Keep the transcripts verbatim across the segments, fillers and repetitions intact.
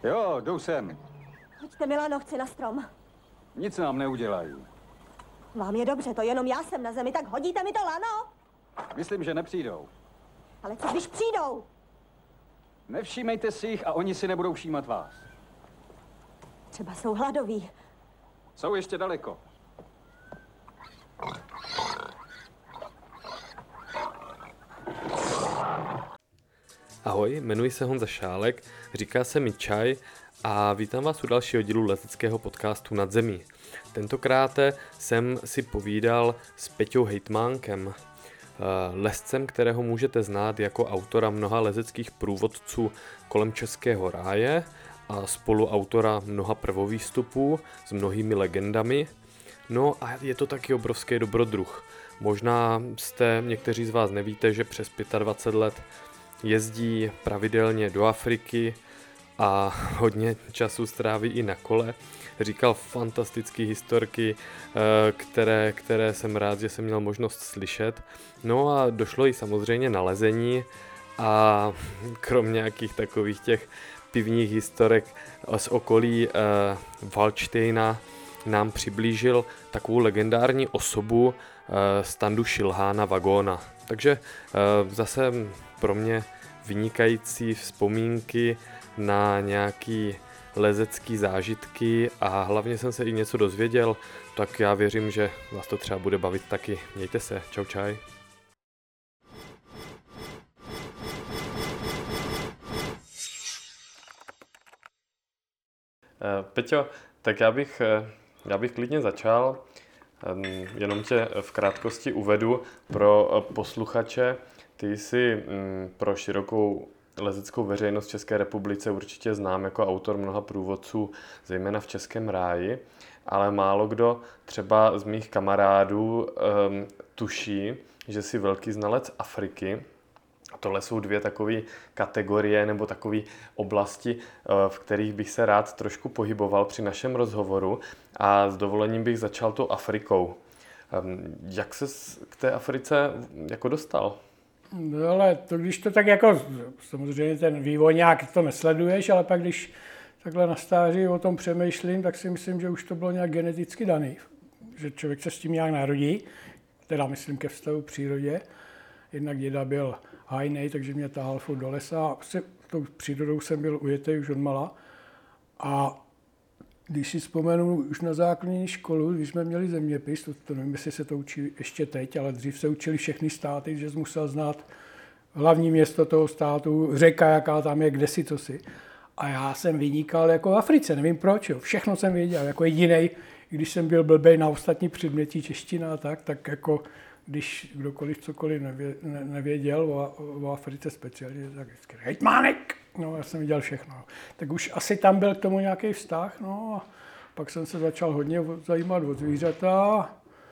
Jo, jdou sem. Hoďte mi lanovci na strom. Nic nám neudělají. Vám je dobře, to jenom já jsem na zemi, tak hodíte mi to lano? Myslím, že nepřijdou. Ale co když přijdou? Nevšímejte si jich a oni si nebudou všímat vás. Třeba jsou hladoví. Jsou ještě daleko. Ahoj, jmenuji se Honza Šálek, říká se mi Čaj a vítám vás u dalšího dílu leteckého podcastu Nad zemí. Tentokrát jsem si povídal s Peťou Hejtmánkem, lezcem, kterého můžete znát jako autora mnoha lezeckých průvodců kolem Českého ráje a spoluautora mnoha prvovýstupů s mnohými legendami. No a je to taky obrovský dobrodruh. Možná jste, někteří z vás nevíte, že přes dvacet pět let jezdí pravidelně do Afriky a hodně času stráví i na kole. Říkal fantastické historky, které, které jsem rád, že jsem měl možnost slyšet. No a došlo i samozřejmě na lezení a krom nějakých takových těch pivních historek z okolí Valdštejna nám přiblížil takovou legendární osobu Standu Šilhána Vagóna. Takže zase pro mě vynikající vzpomínky na nějaký lezecký zážitky a hlavně jsem se i něco dozvěděl, tak já věřím, že vás to třeba bude bavit taky. Mějte se, čau čaj. Peťo, tak já bych, já bych klidně začal, jenom tě v krátkosti uvedu pro posluchače. Ty jsi pro širokou lezeckou veřejnost v České republice určitě znám jako autor mnoha průvodců, zejména v Českém ráji, ale málo kdo třeba z mých kamarádů um, tuší, že jsi velký znalec Afriky. Tohle jsou dvě takové kategorie nebo takové oblasti, v kterých bych se rád trošku pohyboval při našem rozhovoru a s dovolením bych začal tou Afrikou. Jak ses k té Africe jako dostal? No ale to, když to tak jako, samozřejmě ten vývoj nějak to nesleduješ, ale pak když takhle na stáří o tom přemýšlím, tak si myslím, že už to bylo nějak geneticky daný, že člověk se s tím nějak narodí, teda myslím ke vztahu k přírodě. Jednak děda byl hajnej, takže mě tahal furt do lesa a se, tou přírodou jsem byl ujetý už od mala. A když si vzpomenu už na základní školu, když jsme měli zeměpis, to, to nevím, jestli se to učí ještě teď, ale dřív se učili všechny státy, že jsi musel znát hlavní město toho státu, řeka, jaká tam je, kde si, co si. A já jsem vynikal jako v Africe, nevím proč, jo. Všechno jsem věděl, jako jedinej, když jsem byl blbej na ostatní předmětí čeština a tak, tak jako když kdokoliv cokoliv nevě, ne, nevěděl o, o Africe speciálně, tak vždycky hejtmánek! No, já jsem viděl všechno. Tak už asi tam byl k tomu nějaký vztah, no a pak jsem se začal hodně zajímat o zvířata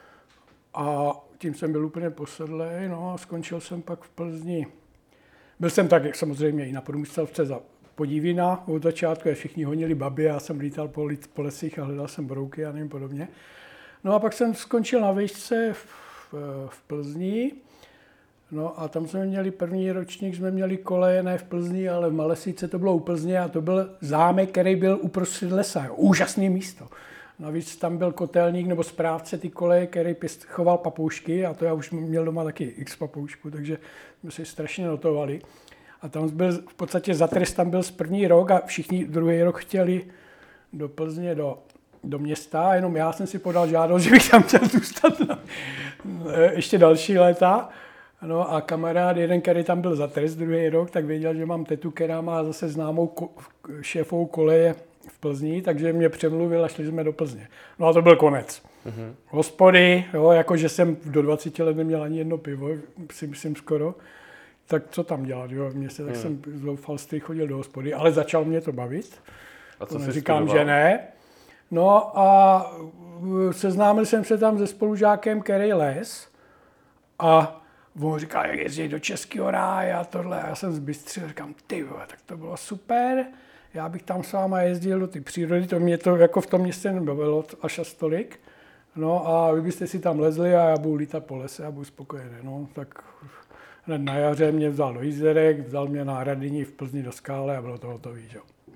a tím jsem byl úplně posedlej, no a skončil jsem pak v Plzni. Byl jsem tak samozřejmě i na průmyslovce za Podívína od začátku, jak všichni honili babi, já jsem lítal po, po lesích a hledal jsem brouky a nevím podobně. No a pak jsem skončil na výšce v, v, v Plzni. No a tam jsme měli první ročník, jsme měli koleje, ne v Plzni, ale v Malesíce, to bylo u Plzně a to byl zámek, který byl uprostřed lesa. Úžasné místo. Navíc tam byl kotelník nebo správce ty koleje, který choval papoušky a to já už měl doma taky x papoušků, takže jsme si strašně notovali. A tam byl v podstatě za trest tam byl z první rok a všichni druhý rok chtěli do Plzně, do, do města, a jenom já jsem si podal žádost, že bych tam chtěl zůstat na, ještě další léta. No a kamarád, jeden, který tam byl za trest druhý rok, tak věděl, že mám tetu, která má zase známou ko- šéfovou koleje v Plzni, takže mě přemluvil a šli jsme do Plzně. No a to byl konec. Mm-hmm. Hospody, jo, jakože jsem do dvaceti let neměl ani jedno pivo, si myslím skoro, tak co tam dělat, jo, v městě, tak mm. jsem zoufalství chodil do hospody, ale začal mě to bavit. A co to jsi neříkám, studoval? že ne. No a seznámil jsem se tam se spolužákem, který les a on říkal, jak jezdí do Českého ráje a tohle. Já jsem z Bystřice, říkám, ty vole, tak to bylo super. Já bych tam s váma jezdil do ty přírody, to mě to jako v tom městě nebavilo až až tolik. No a vy byste si tam lezli a já budu lítat po lese a budu spokojený. No, tak hned na jaře mě vzal do Jizerek, vzal mě na Hradiní v Plzni do Skále a bylo to hotový. Že?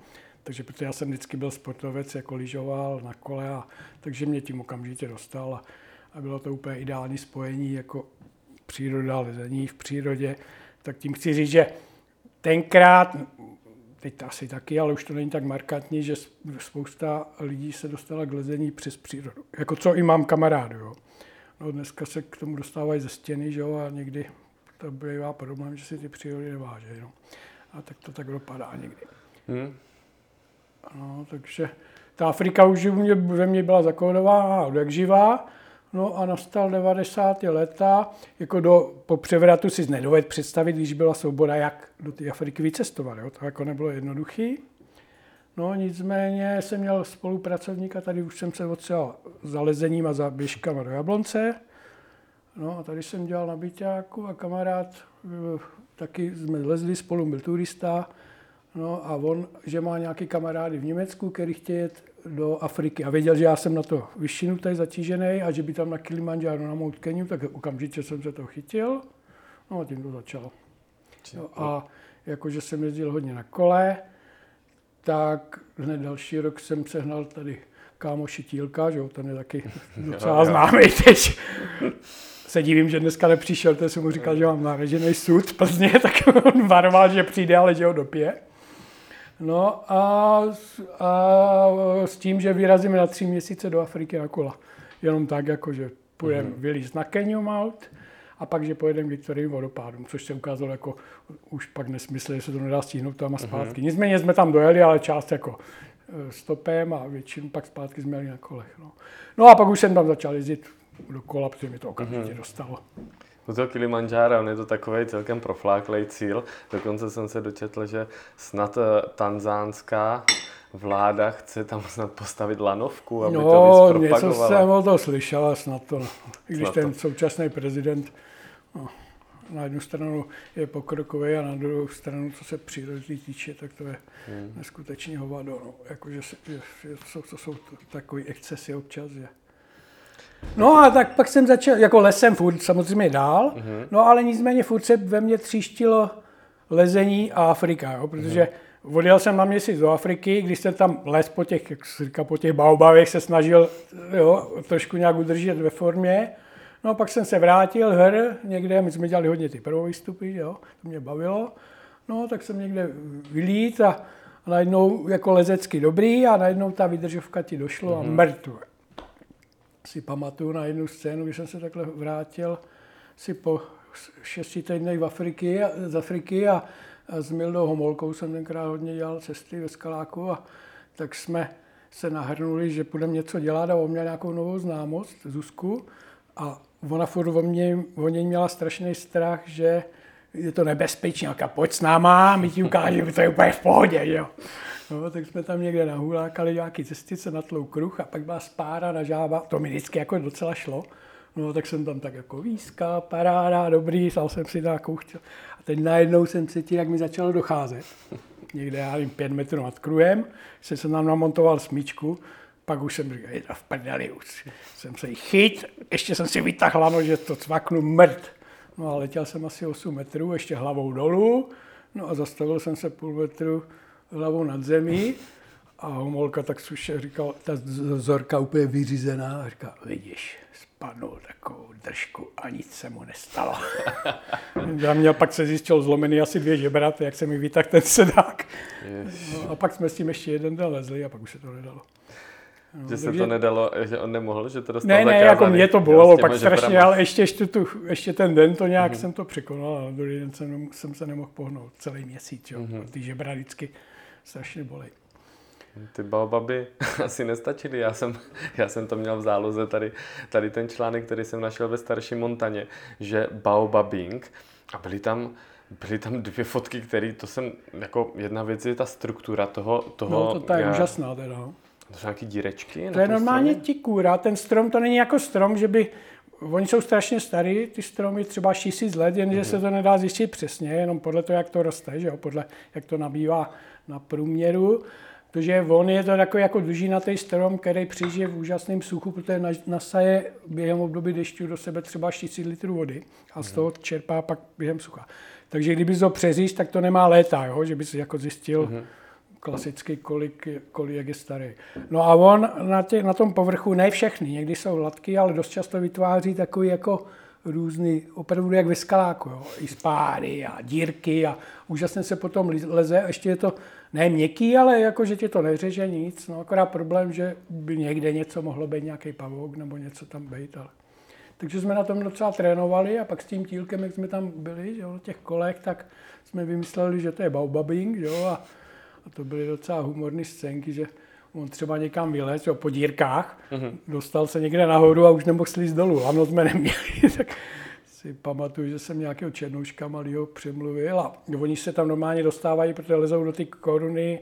Takže protože já jsem vždycky byl sportovec, jako lyžoval na kole, a, takže mě tím okamžitě dostal a, a bylo to úplně ideální spojení, jako příroda, lezení v přírodě. Tak tím chci říct, že tenkrát, teď to asi taky, ale už to není tak markantní, že spousta lidí se dostala k lezení přes přírodu. Jako co i mám kamarádu, jo. No dneska se k tomu dostávají ze stěny, že jo, a někdy to bývá problém, že si ty přírody nevážejí, no. A tak to tak dopadá někdy. Hmm. No, takže ta Afrika už mě, ve mně byla zakódována od jak živá. No a nastal devadesátá léta, jako do, po převratu si nedoved představit, když byla svoboda, jak do té Afriky vycestovat, jo? To jako nebylo jednoduchý. No nicméně jsem měl spolupracovníka, tady už jsem se odstřel za lezením a za běžkama do Jablonce. No a tady jsem dělal na byťáku a kamarád, taky jsme lezli spolu, byl turista. No a on, že má nějaký kamarády v Německu, který chtějí jet do Afriky a věděl, že já jsem na to vyšinutý, zatížený a že by tam na Kilimanjaro, na Mount Keniu, tak okamžitě jsem se to chytil. No a tím to začalo. No a jakože jsem jezdil hodně na kole, tak hned další rok jsem sehnal tady kámoši Tílka, že jo, ten je taky docela známý teď. Se divím, že dneska nepřišel, to jsem mu říkal, že mám narežený sud v Plzně, tak on varoval, že přijde, ale že ho dopije. No a, a s tím, že vyrazíme na tři měsíce do Afriky na kola. Jenom tak, jako že půjdeme mm-hmm. vylízt na Keniu Mount a pak, že pojedeme k Viktorijím vodopádům, což se ukázalo jako už pak nesmysl, že se to nedá stihnout tam a zpátky. Mm-hmm. Nicméně jsme tam dojeli, ale část jako stopem a většinu pak zpátky jsme jeli na kolech. No. no a pak už jsem tam začal jezdit do kola, protože mi to okamžitě mm-hmm. dostalo. U toho Kilimanjara, on je to takový celkem profláklej cíl. Dokonce jsem se dočetl, že snad tanzánská vláda chce tam snad postavit lanovku, aby no, to víc propagovala. No, něco jsem o to slyšel, snad to. I když snad ten to. současný současný prezident no, na jednu stranu je pokrokový a na druhou stranu, co se přírody týče, tak to je hmm. neskutečně hovado. No. Jakože že, že jsou, to jsou takový excesy občas. Je. No a tak pak jsem začal, jako lesem furt samozřejmě dál, mm-hmm. no ale nicméně furt se ve mně tříštilo lezení a Afrika, jo, protože mm-hmm. odjel jsem na měsíc do Afriky, když jsem tam les po těch, jak se říká, po těch baobabech se snažil jo, trošku nějak udržet ve formě. No a pak jsem se vrátil hr někde, my jsme dělali hodně ty prvovýstupy, jo, to mě bavilo. No tak jsem někde vylít a, a najednou jako lezecky dobrý a najednou ta vydržovka ti došlo mm-hmm. a mrtvé. Si pamatuju na jednu scénu, když jsem se takhle vrátil si po šesti týdnech v Afriky, z Afriky a, a s Mildou Homolkou jsem tenkrát hodně dělal cesty ve Skaláku a tak jsme se nahrnuli, že půjdeme něco dělat a on měl nějakou novou známost, Zuzku, a ona furt o, mě, o něj měla strašný strach, že je to nebezpečné, a pojď s náma, my ti ukážeme, to je úplně v pohodě, jo. No, tak jsme tam někde nahulákali nějaký cestice na tlou kruh a pak byla spára na žába, to mi vždycky jako docela šlo. No, tak jsem tam tak jako výska, paráda, dobrý, stal jsem si nějakou chtěl. A teď najednou jsem cítil, jak mi začalo docházet. Někde, já nevím, pět metrů nad kruhem, jsem se tam namontoval smyčku, pak už jsem říkal, je to v prdeli, už jsem se jí chyt, ještě jsem si vytáhl, no, že to cvaknu mrt. No a letěl jsem asi osm metrů, ještě hlavou dolů, no a zastavil jsem se půl metru hlavou nad zemí a Homolka tak suše říkal, ta Zorka úplně vyřízená, a říká, vidíš, spadnul takovou držku a nic se mu nestalo. Já měl pak se zjistil zlomený asi dvě žebra, jak se mi vytáhl ten sedák. No, a pak jsme s tím ještě jeden den lezli a pak už se to nedalo. No, že se takže... to nedalo, že on nemohl, že to dostal ne, zakázaný. Ne, jako mě to bolelo pak strašně, žebrama. ale ještě, ještě, tu, ještě ten den to nějak mm-hmm. jsem to překonal a druhý den jsem, jsem se nemohl pohnout celý měsíc, jo. Mm-hmm. Ty žebra vždycky strašně bolej. Ty baobaby asi nestačily. Já jsem, já jsem to měl v záloze, tady, tady ten článek, který jsem našel ve Starší Montaně, že baobabing a byly tam, byly tam dvě fotky, které, to jsem, jako jedna věc je ta struktura toho, toho no to, to je já, úžasná teda. To jsou nějaký dírečky? To je normálně tikůra, ten strom, to není jako strom, že by, oni jsou strašně starý, ty stromy třeba tisíc let, jenže mm-hmm. se to nedá zjistit přesně, jenom podle toho, jak to roste, že jo, podle, jak to nabývá na průměru. Protože on je to takový jako dužinatý strom, který přežije v úžasném suchu, protože nasaje během období dešťů do sebe třeba tisíc litrů vody a z toho čerpá pak během sucha. Takže kdyby to přeříst, tak to nemá léta, jo? Že by si jako zjistil, mm-hmm. klasický kolik, kolik jak je starý. No a on na, tě, na tom povrchu, ne všechny, někdy jsou hladký, ale dost často vytváří takový jako různý, opravdu jak ve skaláku, jo? I spáry a dírky a úžasně se potom leze, ještě je to ne měkký, ale jako, že tě to neřeže nic, no akorát problém, že by někde něco mohlo být, nějaký pavouk nebo něco tam být, ale... Takže jsme na tom docela trénovali a pak s tím tílkem, jak jsme tam byli, jo, na těch kolech, tak jsme vymysleli, že to je baobabing, jo, a, a to byly docela humorné scénky, že on třeba někam vylez, jo, po dírkách, mm-hmm. dostal se někde nahoru a už nemohl slízt dolů. Ano, jsme neměli, tak si pamatuju, že jsem nějakého černouška malýho přemluvil a oni se tam normálně dostávají, protože lezou do ty koruny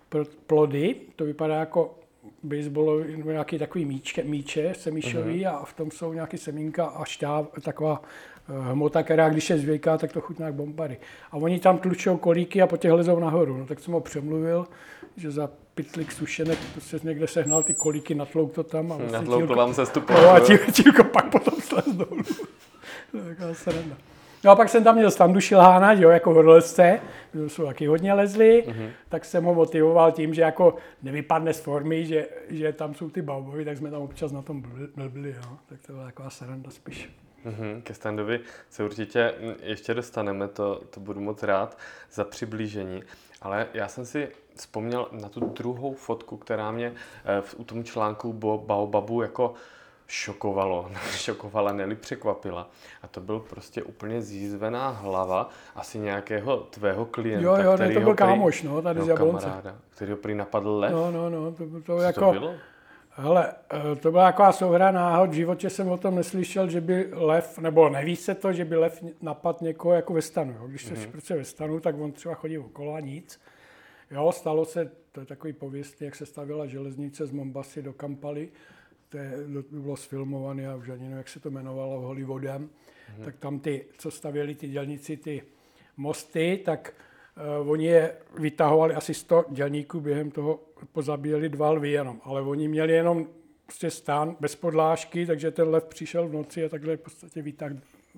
plody, to vypadá jako baseballový, nějaký takový míče, míče semíšový uh-huh. a v tom jsou nějaký semínka a šťáv, taková uh, hmota, která když je zvěká, tak to chutná jak bombary. A oni tam tlučou kolíky a po těch lezou nahoru. No tak jsem ho přemluvil, že za pytlik sušenek prostě někde sehnal ty kolíky, natlouk to tam. A vlastně natloukl vám se stup. No a tílko pak potom slez dolů. Taková sranda. No a pak jsem tam měl Standu Šilhána, jo, jako horolezce, to jsou taky hodně lezli, uh-huh. tak jsem ho motivoval tím, že jako nevypadne z formy, že, že tam jsou ty baobaby, tak jsme tam občas na tom blbili, jo. Tak to byla taková sranda spíš. Uh-huh. Ke Standovi se určitě ještě dostaneme, to, to budu moc rád za přiblížení, ale já jsem si vzpomněl na tu druhou fotku, která mě v, u tom článku baobabu jako šokovalo, šokovala, ne-li překvapila. A to byl prostě úplně zjízvená hlava asi nějakého tvého klienta, jo, jo, který ne, to byl kámoš, no, tady z Jablonce. Kamaráda, který ho prý napadl lev. No, no, no, to, to Co jako... to bylo? Hele, to byla taková souhra náhod, v životě jsem o tom neslyšel, že by lev, nebo neví se to, že by lev napadl někoho jako ve stanu. Jo. Když se mm-hmm. šprce ve stanu, tak on třeba chodí okolo a nic. Jo, stalo se, to je takový pověstný, jak se stavěla železnice z Mombasy do Kampaly. To, je, to bylo sfilmované, a už ani nevím, jak se to jmenovalo, Hollywoodem. Mm-hmm. Tak tam ty, co stavěli ty dělníci, ty mosty, tak uh, oni je vytahovali asi sto dělníků, během toho pozabíjeli dva lvy jenom. Ale oni měli jenom prostě stán bez podlážky, takže ten lev přišel v noci a takhle v podstatě vytáhl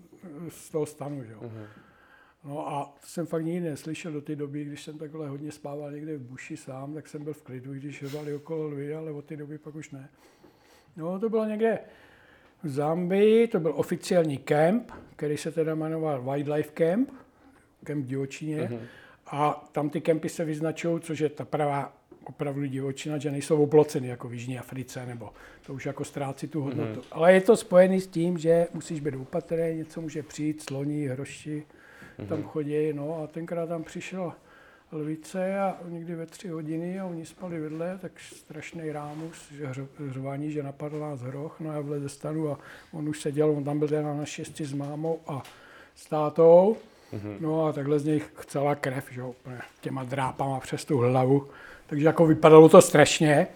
z toho stanu. Že? Mm-hmm. No a to jsem fakt nikdy neslyšel do té doby, když jsem takhle hodně spával někde v buši sám, tak jsem byl v klidu, když řvali okolo lvy, ale od té doby pak už ne. No, to bylo někde v Zambii, to byl oficiální kemp, který se teda jmenoval Wildlife Camp, kemp v divočině. Uh-huh. A tam ty kempy se vyznačují, což je ta pravá opravdu divočina, že nejsou oploceny jako v Jižní Africe, nebo to už jako ztrácí tu hodnotu. Uh-huh. Ale je to spojený s tím, že musíš být opatrný, něco může přijít, sloní, hroši, uh-huh. tam chodí, no a tenkrát tam přišel lvice a někdy ve tři hodiny a oni spali vedle, tak strašný rámus, že hřování, že napadl nás hroch, no já vlez ze stanu a on už seděl, on tam byl teda na šesti s mámou a s tátou, mm-hmm. no a takhle z něj chcela krev, že úplně těma drápama přes tu hlavu, takže jako vypadalo to strašně,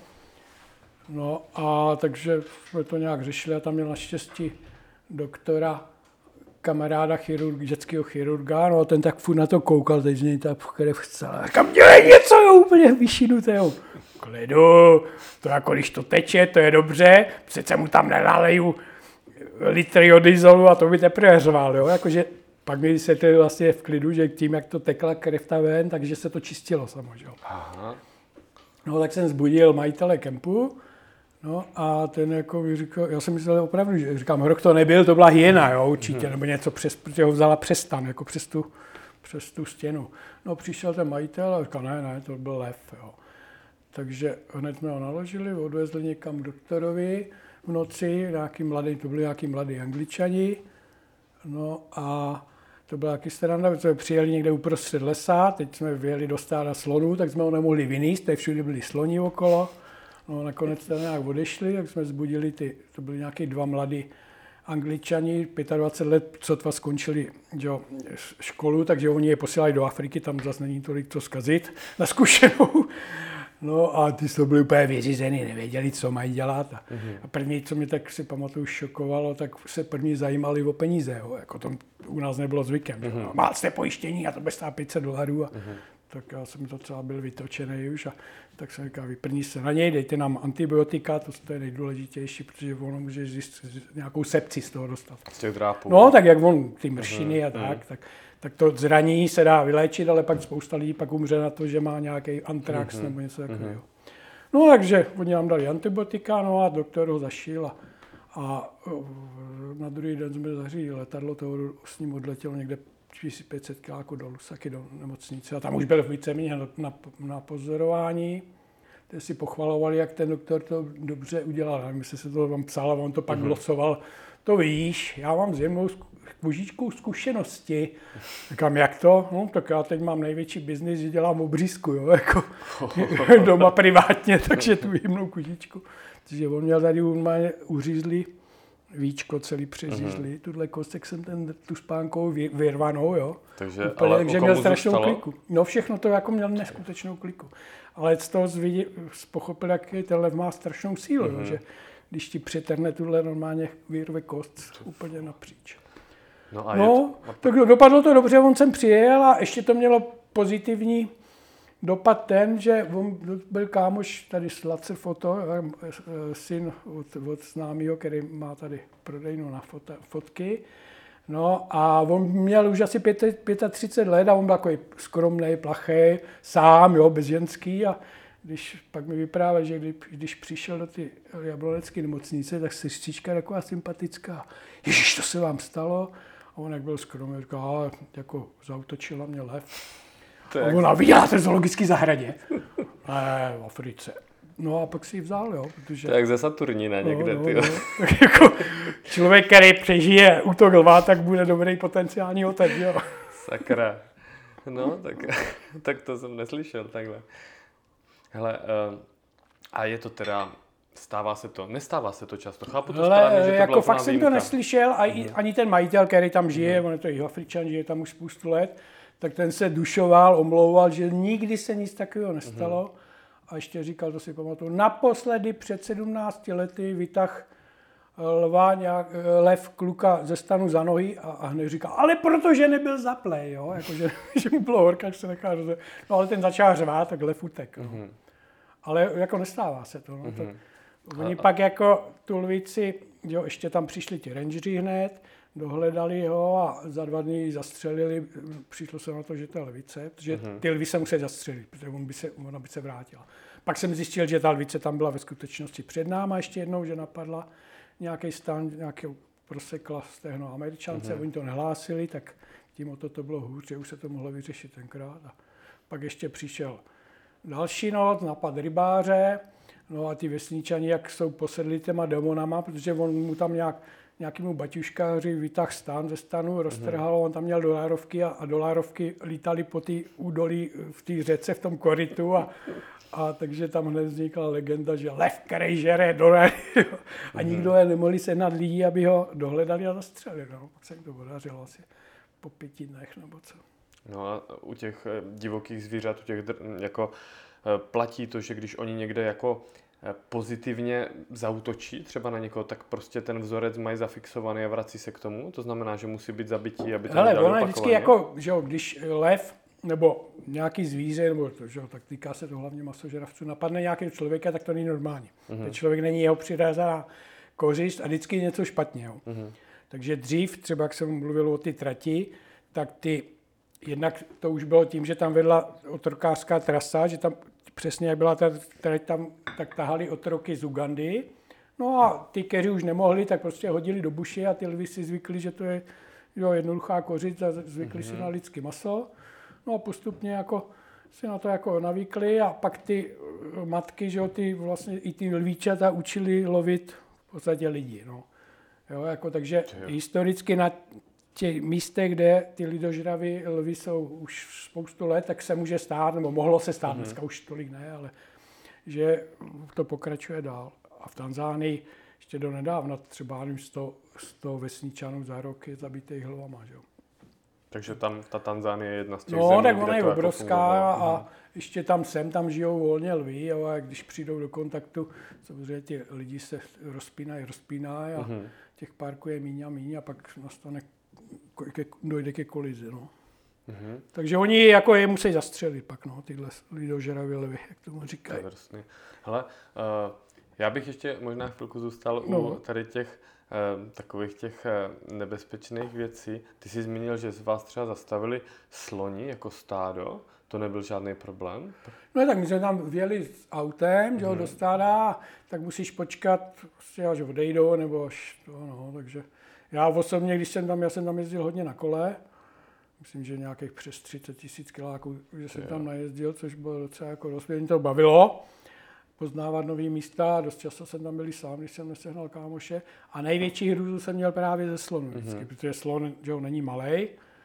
no a takže jsme to nějak řešili a tam měl naštěstí doktora, kamaráda chirurg, dětského chirurga, no a ten tak furt na to koukal, teď z něj ta krev chcela. Říkám, dělej něco, jo, úplně vyšinutého. Klidu, to jako když to teče, to je dobře, přece mu tam nenaleju litry jodizolu a to by teprve řval, jo, jakože pak mi se to vlastně v klidu, že tím, jak to tekla krev ta ven, takže se to čistilo samozřejmě. Aha. No tak jsem zbudil majitele kempu, no a ten jako mi říkal, já jsem myslel opravdu, že říkám, hrok to nebyl, to byla hyena, jo, určitě, hmm. nebo něco přes, protože ho vzala přes stan, jako přes tu, přes tu stěnu. No přišel ten majitel a říkal, ne, ne, to byl lev, jo. Takže hned jsme ho naložili, odvezli někam k doktorovi v noci, nějaký mladý, to byli nějaký mladý Angličani, no a to byla taky sranda, protože jsme přijeli někde uprostřed lesa, teď jsme vyjeli do stáda slonů, tak jsme ho nemohli vynést, tady všude byli sloni okolo. No nakonec tam nějak odešli, tak jsme zbudili ty, to byli nějaký dva mladí Angličani, dvacet pět let, sotva skončili jo, školu, takže oni je posílali do Afriky, tam zase není tolik co zkazit na zkušenou. No a ty to byli úplně vyřízený, nevěděli, co mají dělat. A, mm-hmm. a první, co mě tak si pamatuju šokovalo, tak se první zajímali o peníze, jo, jako to u nás nebylo zvykem. Mm-hmm. No, máte pojištění a to bude stát pět set dolarů. A, mm-hmm. Tak já jsem to třeba byl vytočený už a tak jsem říkal, vyprní se na něj, dejte nám antibiotika, to, to je nejdůležitější, protože ono může nějakou sepci z toho dostat. Z těch drápů. No, tak jak on, ty mršiny a tak, tak, tak to zranění se dá vyléčit, ale pak spousta lidí pak umře na to, že má nějaký antrax mm-hmm. nebo něco takového. Mm-hmm. No takže oni nám dali antibiotika, no a doktor ho zašil a, a na druhý den jsme zařídili letadlo, toho s ním odletělo někde tisíc pět set kiláků dolů, taky do nemocnice a tam už byl víceméně na, na, na pozorování. Ty si pochvalovali, jak ten doktor to dobře udělal. Nevím, jestli se to vám psal a on to pak mm-hmm. glosoval. To víš, já mám zjemnou kůžičkou zkušenosti. Říkám, jak to? No, tak já teď mám největší biznis, že dělám obřízku, jo, jako doma privátně, takže tu jemnou kůžičku. Takže on měl tady uřízlý víčko celý přeřízlý, mm-hmm. tuhle kostek jsem ten, tu spánkou vyrvanou, jo. Takže, úplně, ale takže měl strašnou zůstalo? Kliku. No všechno to jako měl neskutečnou kliku. Ale z toho zvidí, pochopil, jaký ten lev má strašnou sílu, mm-hmm. jo, že když ti přetrhne tuhle normálně vyrve kost úplně napříč. No, a no to... tak dopadlo to dobře, on sem přijel a ještě to mělo pozitivní dopad ten, že on byl kámoš tady s Lace Foto, syn od, od známého, který má tady prodejnu na foto, fotky. No a on měl už asi třicet pět let a on byl takový skromnej, plachý, sám, jo, bez ženský. A když pak mi vyprávěl, že když, když přišel do ty jablonecké nemocnice, tak sestřička taková sympatická. Ježiš, to se vám stalo? A on jak byl skromný, říkal, jako zautočila mě lev. Tak. A ona, vy děláte v zoologické zahradě? Ne, v Africe. No a pak si ji vzal, jo, protože... To je jak ze Saturnína někde, no, ty. No, no. Tak jako člověk, který přežije útok lva, tak bude dobrý potenciální otec, jo. Sakra. No, tak, tak to jsem neslyšel takhle. Hele, a je to teda... Stává se to, nestává se to často, chápu to správně, že to jako byla fakt jsem výjimka. to neslyšel a mm. ani ten majitel, který tam žije, mm. on je to Jihoafričan, žije tam už spoustu let, tak ten se dušoval, omlouval, že nikdy se nic takového nestalo. Mm. A ještě říkal, to si pamatuju, naposledy před sedmnácti lety vytah lva, nějak, lev kluka ze stanu za nohy a, a hned říkal, ale protože nebyl zaplej, jo, jakože, že mu bylo horka, že se nechá, no ale ten začal řvát, tak lev utek. No. Mm. Ale jako nestává se to. No, mm. to Oni pak jako tu lvici, jo, ještě tam přišli ti rangeři hned, dohledali ho a za dva dny ji zastřelili. Přišlo se na to, že to je lvice, protože ty lvy se museli zastřelit, protože on by se, ona by se vrátila. Pak jsem zjistil, že ta lvice tam byla ve skutečnosti před náma ještě jednou, že napadla nějaký stan, nějakého prosekla stehno Američance, uh-huh. oni to nehlásili, tak tím o to, to bylo hůř, že už se to mohlo vyřešit tenkrát. A pak ještě přišel další noc, napad rybáře. No a ty vesničani, jak jsou posedli těma demonama, protože on mu tam nějak, nějakému baťuškáři vytáhl stan ze stanu, roztrhal, on tam měl dolárovky a, a dolárovky lítaly po té údolí v té řece, v tom korytu a, a takže tam hned vznikla legenda, že lev, který žere dolary a nikdo je nemohli sehnat lidí, aby ho dohledali a zastřelili. No, pak se jim to podařilo asi po pěti dnech nebo co. No a u těch divokých zvířat, u těch jako platí to, že když oni někde jako pozitivně zaútočí třeba na někoho, tak prostě ten vzorec mají zafixovaný a vrací se k tomu? To znamená, že musí být zabití, aby to Hele, udělali ono je vždycky jako, že jo, když lev nebo nějaký zvíře, nebo to, že jo, tak týká se to hlavně masožravců, napadne nějakého člověka, tak to není normální. Mm-hmm. Ten člověk není jeho přirozená kořist a vždycky je něco špatně. Jo. Mm-hmm. Takže dřív, třeba jak jsem mluvil o ty trati, tak ty jednak to už bylo tím, že tam vedla otrokářská trasa, že tam přesně jak byla ta trať tam, tak tahali otroky z Ugandy. No a ty, kteří už nemohli, tak prostě hodili do buši a ty lvy si zvykli, že to je jo, jednoduchá kořist a zvykli mm-hmm. si na lidský maso. No a postupně jako si na to jako navykli a pak ty matky, že jo, ty vlastně i ty lvíčata učili lovit v podstatě lidi. No. Jo, jako, takže historicky na těch místech, kde ty lidožravy lvy jsou už spoustu let, tak se může stát, nebo mohlo se stát, mm-hmm. dneska už tolik ne, ale že to pokračuje dál. A v Tanzánii ještě do nedávna třeba sto, sto vesničanů za rok je zabitých hlavama. Že? Takže tam ta Tanzánie je jedna z těch no, zemí, No, tak kde ona je to obrovská jako a ještě tam sem, tam žijou volně lví, jo, a když přijdou do kontaktu, samozřejmě ti lidi se rozpínají, rozpínají a mm-hmm. těch parků je míň a míň a pak nastane ke, dojde ke kolizi, no. Mm-hmm. Takže oni jako je musí zastřelit pak, no, tyhle lidožravy lvy, jak tomu říkají. Hele, uh, já bych ještě možná chvilku zůstal no. u tady těch takových těch nebezpečných věcí. Ty jsi zmínil, že z vás třeba zastavili sloni jako stádo. To nebyl žádný problém? No tak my jsme tam vjeli s autem, že ho, do stáda, tak musíš počkat, prostě, až odejdou, nebo až to, no, takže já osobně, když jsem tam, já jsem tam jezdil hodně na kole, myslím, že nějakých přes třicet tisíc kiláků, že jsem tam najezdil, což bylo docela jako dost, mě to bavilo, poznávat nový místa, dost často jsem tam byl sám, když jsem nesehnal kámoše a největší hrůzu jsem měl právě ze slonu vždycky, mm-hmm. protože slon, že ho, není malej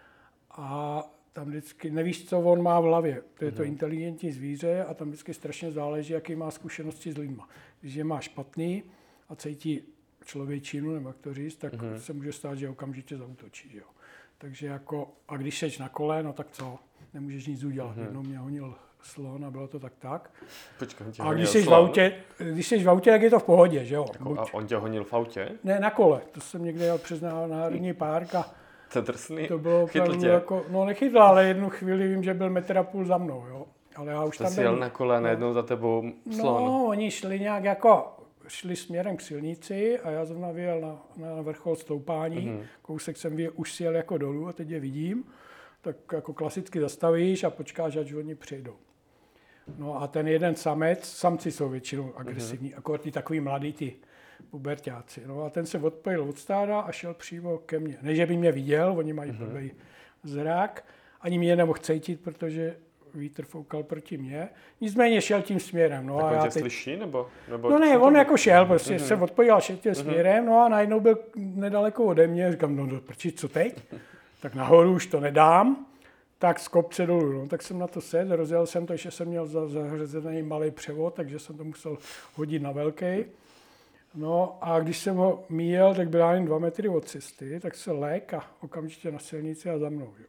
a tam vždycky nevíš, co on má v hlavě. To je to inteligentní zvíře a tam vždycky strašně záleží, jaký má zkušenosti s lidma. Když je má špatný a cítí člověčinu, nebo jak to říct, tak mm-hmm. se může stát, že okamžitě zaútočí. Jo. Takže jako, a když seš na kole, no tak co, nemůžeš nic udělat. Mm-hmm. Jednou mě honil slon a bylo to tak tak. Počkej, a když jsi, v autě, když jsi v autě, tak je to v pohodě, že jo. Jako, a on tě honil v autě? Ne, na kole. To jsem někde jel přes Národní park a to, drsný. To bylo opravdu jako, no nechytl, ale jednu chvíli vím, že byl metr a půl za mnou, jo. Ale já už to tam jsi jel na kole a najednou za tebou slon. No, oni šli nějak jako, šli směrem k silnici a já zrovna vyjel na, na vrchol stoupání, mm-hmm. kousek jsem vyjel, už si jel jako dolů a teď je vidím, tak jako klasicky zastavíš a počkáš, až oni přijdou. No a ten jeden samec, samci jsou většinou agresivní, mm-hmm. jako ty takový mladý, ty puberťáci. No a ten se odpojil od stáda a šel přímo ke mně. Ne, že by mě viděl, oni mají mm-hmm. blbý zrak, ani mě nemohl cítit, protože vítr foukal proti mně. Nicméně šel tím směrem. No tak a on já tě teď... slyší, nebo? nebo no ne, on to... jako šel, prostě mm-hmm. se odpojil a šel tím mm-hmm. směrem, no a najednou byl nedaleko ode mě. Říkám, no prči, co teď? Tak nahoru už to nedám. Tak z kopce dolů, no, tak jsem na to sedl, rozjel jsem to, ještě jsem měl zařazený malý převod, takže jsem to musel hodit na velký. No a když jsem ho míjel, tak byl jen dva metry od cesty, tak se lék a okamžitě na silnici a za mnou. Jo.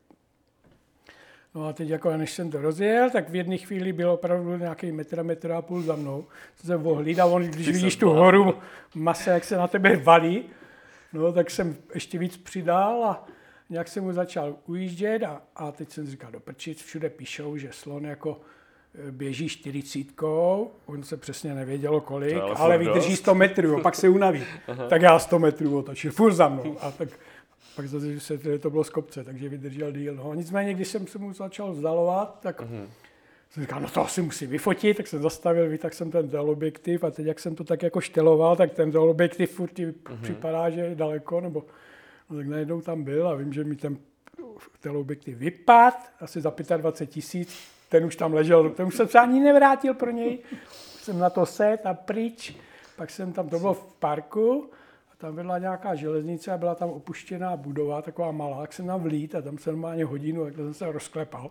No a teď jako než jsem to rozjel, tak v jedné chvíli byl opravdu nějaký metr, metr a půl za mnou. Jsem se ohlídal, on, když vidíš tu horu masa, jak se na tebe valí, no tak jsem ještě víc přidal a nějak jsem mu začal ujíždět a, a teď jsem říkal do prčic, všude píšou, že slon jako běží čtyřicítkou, on se přesně nevědělo kolik, ale, ale vydrží dost. sto metrů, pak se unaví. Tak já sto metrů otočil, furt za mnou. A tak, pak zase se to bylo z kopce, takže vydržel díl. No, nicméně, když jsem se mu začal vzdalovat, tak uh-huh. jsem říkal, no to asi musím vyfotit, tak jsem zastavil, vytáhl jsem ten teleobjektiv a teď, jak jsem to tak jako šteloval, tak ten teleobjektiv furt ti uh-huh. připadá, že je daleko, nebo no, tak najednou tam byl a vím, že mi ten teleobjektiv vypadl, asi za dvacet pět tisíc, ten už tam ležel, ten už jsem se ani nevrátil pro něj, jsem na to set a pryč, pak jsem tam, to bylo v parku, a tam vedla nějaká železnice a byla tam opuštěná budova, taková malá, tak jsem tam vlít a tam jsem normálně hodinu, takhle jsem se rozklepal.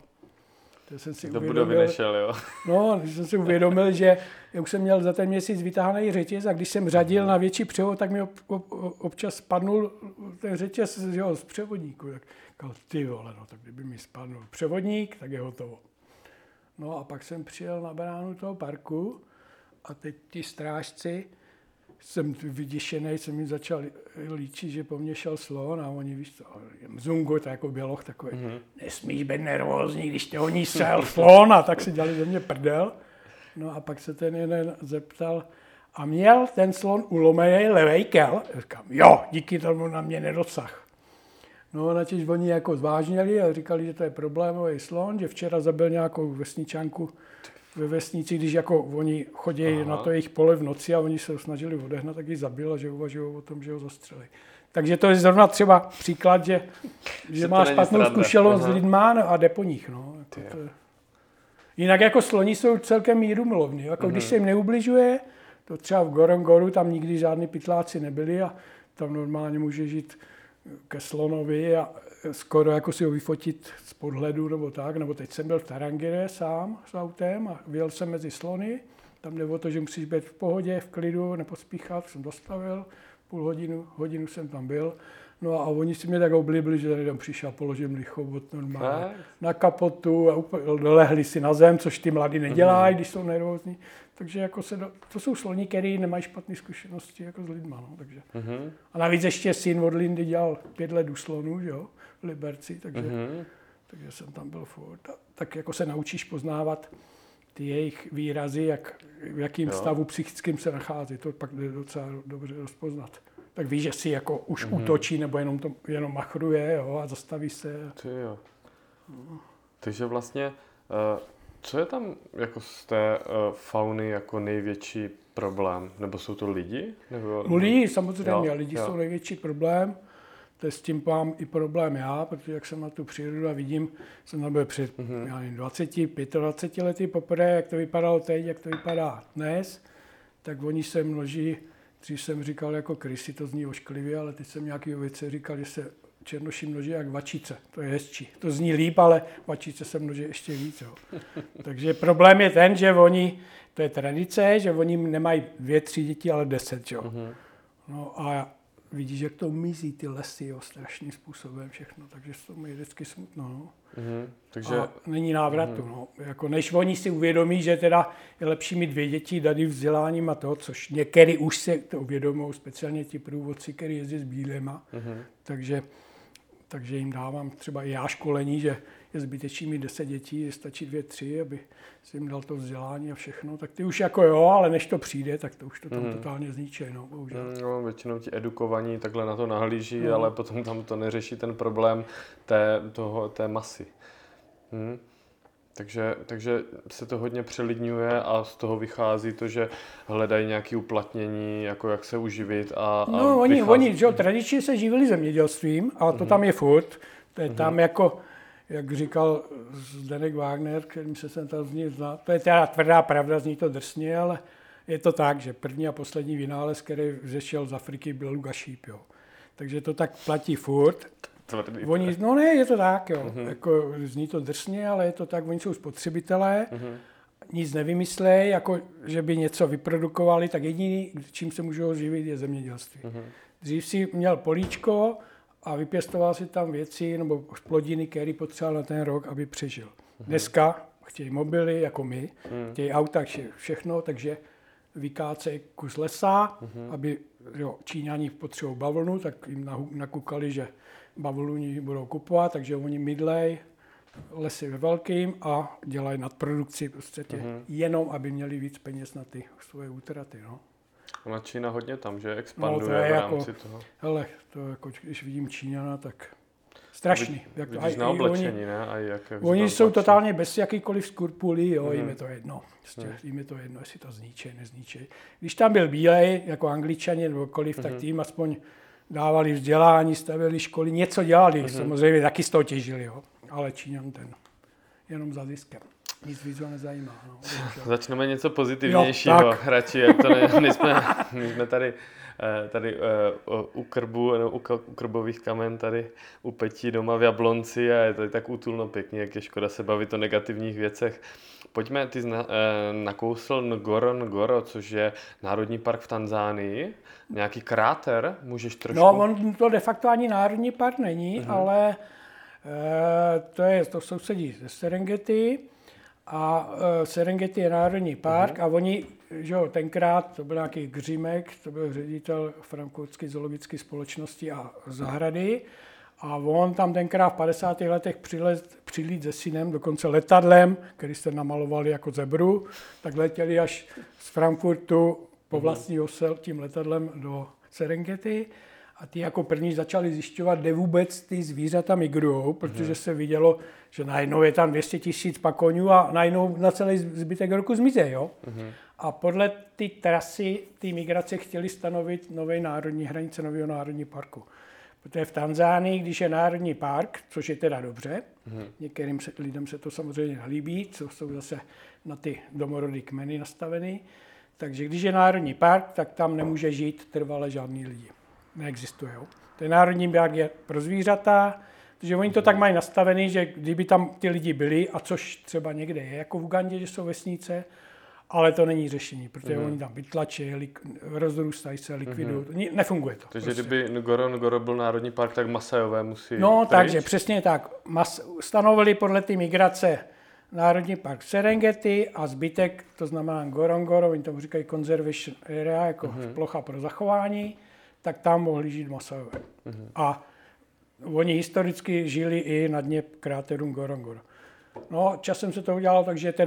To jsem si do uvědomil, budovy nešel, jo? No, když jsem si uvědomil, že já už jsem měl za ten měsíc vytáhaný řetěz a když jsem řadil na větší převod, tak mi ob, ob, občas spadnul ten řetěz jo, z převodníku. Tak říkal, ty vole, no tak kdyby mi spadnul převodník, tak je hotovo. No a pak jsem přijel na bránu toho parku a teď ti strážci, jsem vyděšený, jsem jim začal líčit, že po mně šel slon a oni, víš co, mzungo, to jako běloch takový, mm-hmm. nesmíš být nervózní, když tě honí sel slon a tak si dělali ze mě prdel. No a pak se ten jeden zeptal, a měl ten slon ulomený levej kel? Říkám, jo, díky tomu na mě nedosah. No načež oni jako zvážněli a říkali, že to je problémový slon, že včera zabil nějakou vesničanku ve vesnici, když jako oni chodí Aha. na to jejich pole v noci a oni se ho snažili odehnat, tak ji zabil a že uvažují o tom, že ho zastřelí. Takže to je zrovna třeba příklad, že, že má špatnou zkušenost s lidma a jde po nich. No. Jako to je... Jinak jako sloni jsou celkem mírumilovní. Jako když se jim neubližuje, to třeba v Gorongoru, tam nikdy žádní pytláci nebyli a tam normálně může žít ke slonovi a skoro jako si ho vyfotit z podhledu nebo tak, nebo teď jsem byl v Tarangire sám s autem a vyjel jsem mezi slony, tam jde o to, že musíš být v pohodě, v klidu, nepospíchat, jsem dostavil, půl hodinu, hodinu jsem tam byl, no a oni si mě tak oblíbili, že tady tam přišel, položím lichobot normálně na kapotu a úplně lehli si na zem, což ty mladí nedělají, když jsou nervózní. Takže jako se do, to jsou sloni, který nemají špatné zkušenosti jako s lidma. No, takže. Uh-huh. A navíc ještě syn od Lindy dělal pět let u slonů, jo, v Liberci, takže, uh-huh. takže jsem tam byl furt. A tak jako se naučíš poznávat ty jejich výrazy, jak, v jakým jo. stavu psychickým se nachází. To pak jde docela dobře rozpoznat. tak ví, že si jako už mm-hmm. útočí nebo jenom, to, jenom machruje, jo, a zastaví se. Ty jo. Takže vlastně, uh, co je tam jako z té uh, fauny jako největší problém? Nebo jsou to lidi? Nebo... No lidi, samozřejmě, jo, lidi jo. jsou největší problém. To je s tím mám i problém já, protože jak jsem na tu přírodu a vidím, jsem tam byl před mm-hmm. já nevím, dvaceti, dvaceti pěti lety poprvé, jak to vypadalo teď, jak to vypadá dnes, tak oni se množí, dřív jsem říkal jako krysy, to zní ošklivě, ale teď jsem nějaký věci říkal, že se černoši množí jak vačice, to je hezčí. To zní líp, ale vačice se množí ještě víc. Jo. Takže problém je ten, že oni, to je tradice, že oni nemají dvě, tři děti, ale deset. Jo. Mm-hmm. No a vidíš, jak to mizí ty lesy, jo, strašným způsobem všechno, takže to mi je vždycky smutno. No. Mm-hmm. Takže... A není návratu. Mm-hmm. No. Jako než oni si uvědomí, že teda je lepší mít dvě děti, dát jim vzděláním a to, což některý už se to uvědomují, speciálně ti průvodci, kteří jezdí s bílema, mm-hmm. takže, takže jim dávám třeba i já školení, že je zbytečný mít deset dětí, stačí dvě, tři, aby si jim dal to vzdělání a všechno, tak ty už jako jo, ale než to přijde, tak to už to tam mm. totálně zničí, no, bohužel. Mm, no, většinou ti edukovaní takhle na to nahlíží, mm. ale potom tam to neřeší ten problém té, toho, té masy. Mm. Takže, takže se to hodně přelidňuje a z toho vychází to, že hledají nějaké uplatnění, jako jak se uživit a, a No, oni, vychází... oni že, tradičně se živili zemědělstvím, a to mm. tam je furt, to je mm. tam jako, jak říkal Zdeněk Wagner, kterým se jsem tam z ní zná, to je teda tvrdá pravda, zní to drsně, ale je to tak, že první a poslední vynález, který vzešel z Afriky, byl luga šíp, jo. Takže to tak platí furt. Tvrdý, oni, no ne, je to tak, jo. Uh-huh. Jako, zní to drsně, ale je to tak, oni jsou spotřebitelé, uh-huh. nic nevymyslejí, jako že by něco vyprodukovali, tak jediný, čím se můžou živit, je zemědělství. Uh-huh. Dřív si měl políčko a vypěstoval si tam věci nebo plodiny, které potřeboval na ten rok, aby přežil. Uh-huh. Dneska chtějí mobily, jako my, uh-huh. chtějí auta, všechno, takže vykácejí kus lesa, uh-huh. aby jo, Číňani potřebují bavlnu, tak jim nakukali, že bavluni budou kupovat, takže oni mydlej lesy ve velkým a dělají nadprodukci prostě uh-huh. jenom, aby měli víc peněz na ty svoje útraty. No. Ona Čína hodně tam, že expanduje no, to je v rámci jako, toho. Hele, to jako, když vidím Číňana, tak strašný. Vid, jak to, vidíš aj, na oblečení, oni, ne? A jak, jak oni jsou tlačí. totálně bez jakýkoliv skrupulí, jo, hmm. jim je to jedno. Prostě, hmm. jim je to jedno, jestli to zničí, nezničí. Když tam byl bílej, jako Angličani nebo koliv, hmm. tak tím aspoň dávali vzdělání, stavili školy, něco dělali, hmm. samozřejmě taky z toho těžili, jo. Ale Číňan ten jenom za ziskem. Nic víc ho nezajímá. No. Začneme něco pozitivnějšího, jo, radši. To ne, my, jsme, my jsme tady, tady u krbu, no, u krbových kamen, tady u Petí doma v Jablonci a je to tak útulno pěkně, jak je škoda se bavit o negativních věcech. Pojďme, ty zna, nakousl Ngorongoro, což je národní park v Tanzánii. Nějaký kráter, můžeš trošku... No, on to de facto ani národní park není, uh-huh. ale e, to, je, to sousedí ze Serengeti. A e, Serengeti je národní park uh-huh. a oni, že jo, tenkrát, to byl nějaký Gřimek, to byl ředitel frankfurtské zoologické společnosti a zahrady. A on tam tenkrát v padesátých letech přilez, přilít se synem, dokonce letadlem, který jste namalovali jako zebru, tak letěli až z Frankfurtu po vlastní osel tím letadlem do Serengeti. A ty jako první začali zjišťovat, kde vůbec ty zvířata migrujou, protože se vidělo, že najednou je tam dvě stě tisíc pakoňů a najednou na celý zbytek roku zmizí. Jo? Uh-huh. A podle ty trasy, ty migrace chtěli stanovit nové národní hranice nového národní parku. Protože v Tanzánii, když je národní park, což je teda dobře, uh-huh. některým se, lidem se to samozřejmě nelíbí, co jsou zase na ty domorodé kmeny nastavený, takže když je národní park, tak tam nemůže žít trvale žádný lidi. Neexistuje. Jo. Ten národní park je pro zvířata, protože oni to tak mají nastavený, že kdyby tam ty lidi byli, a což třeba někde je, jako v Ugandě, že jsou vesnice, ale to není řešení, protože mm. oni tam vytlačí, lik, rozrůstají se, likvidují, mm. nefunguje to. Takže prostě. kdyby Ngorongoro byl národní park, tak Masajové musí No, pryč? takže přesně tak. Mas, stanovili podle té migrace národní park Serengeti a zbytek, to znamená Ngorongoro, oni tomu říkají conservation area, jako mm. plocha pro zachování, tak tam mohli žít Masajové. Mm. A oni historicky žili i na dně kráteru Ngorongoro. No, časem se to udělalo, takže teda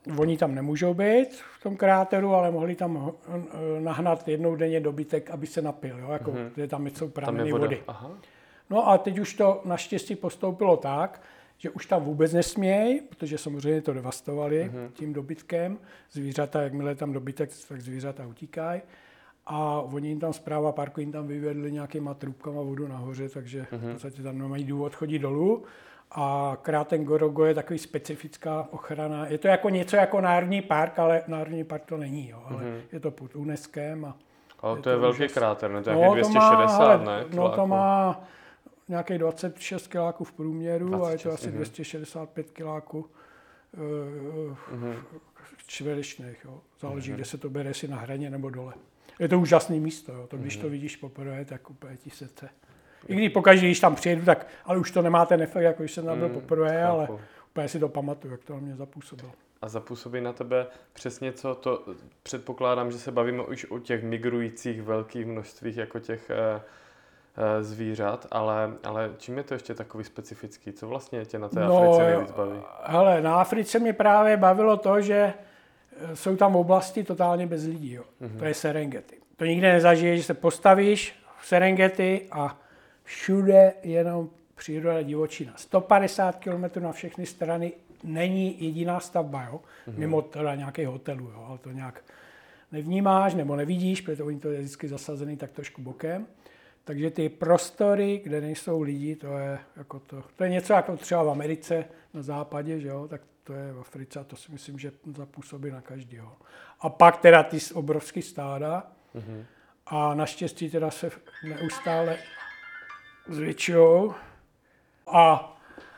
oni tam nemůžou být v tom kráteru, ale mohli tam nahnat jednou denně dobytek, aby se napil, jo? Jako, mm-hmm. Tam jsou prameny vody. Aha. No a teď už to naštěstí postoupilo tak, že už tam vůbec nesmějí, protože samozřejmě to devastovali mm-hmm. tím dobytkem. Zvířata, jakmile tam dobytek, tak zvířata utíkají. A oni jim tam správa parku jim tam vyvedli nějakýma trubkama vodu nahoře, takže mm-hmm. v podstatě tam nemají důvod chodit dolů. A Kráten Ngorongoro je takový specifická ochrana. Je to jako něco jako národní park, ale národní park to není, jo, ale mm-hmm. je to pod UNESCOem. A ale je to je to velký úžas... kráter, ne? To je no, dvě stě šedesát, to má, ne? No to má nějakých dvacet šest kiláků v průměru dvacet šest, a je to asi mm-hmm. dvě stě šedesát pět kiláků uh, mm-hmm. čtverečných. Jo. Záleží, mm-hmm. kde se to bere, jestli na hraně nebo dole. Je to úžasné místo, jo. To, když mm-hmm. to vidíš poprvé, tak úplně ti se chce. I když pokaždé, když tam přijedu, tak, ale už to nemá ten efekt, jako když jsem tam byl mm, poprvé, chápu. Ale úplně si to pamatuju, jak to na mě zapůsobilo. A zapůsobí na tebe přesně co to, předpokládám, že se bavíme už o těch migrujících velkých množstvích jako těch eh, eh, zvířat, ale, ale čím je to ještě takový specifický? Co vlastně tě na té no, Africe nejvíc baví? Hele, na Africe mě právě bavilo to, že jsou tam oblasti totálně bez lidí, jo. Mm-hmm. To je Serengeti. To nikde nezažiješ, že se postavíš v Serengeti a všude jenom příroda divočina. sto padesát kilometrů na všechny strany není jediná stavba, jo? Mm-hmm. Mimo teda nějakých hotelů, jo? Ale to nějak nevnímáš nebo nevidíš, protože oni to je vždycky zasazený tak trošku bokem. Takže ty prostory, kde nejsou lidi, to je, jako to, to je něco jako třeba v Americe na západě, že jo? Tak to je v Africe a to si myslím, že zapůsobí na každého. A pak teda ty obrovský stáda mm-hmm. a naštěstí teda se neustále zvětšujou. A,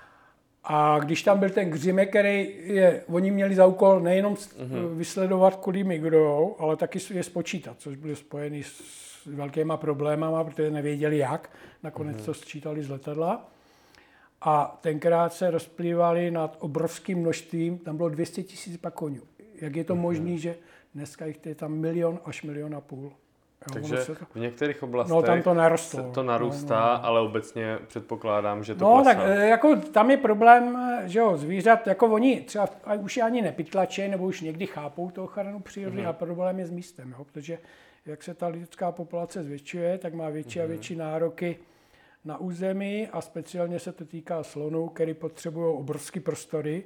a když tam byl ten Gřime, který je, oni měli za úkol nejenom mm-hmm. vysledovat, kudy migrujou, ale taky je spočítat, což bylo spojené s velkýma problémama, protože nevěděli jak. Nakonec mm-hmm. to sčítali z letadla. A tenkrát se rozplývali nad obrovským množstvím, tam bylo dvě stě tisíc pakoňů. Jak je to mm-hmm. možné, že dneska jich je tam milion až milion a půl. Jo, takže to, v některých oblastech no, tam to narostlo. Se to narůstá, no, no. ale obecně předpokládám, že to no, klesá. Tak jako tam je problém, že jo, zvířat, jako oni třeba už je ani nepytlačí, nebo už někdy chápou tu ochranu přírody mm-hmm. a problém je s místem, jo, protože jak se ta lidská populace zvětšuje, tak má větší mm-hmm. a větší nároky na území a speciálně se to týká slonů, který potřebují obrovské prostory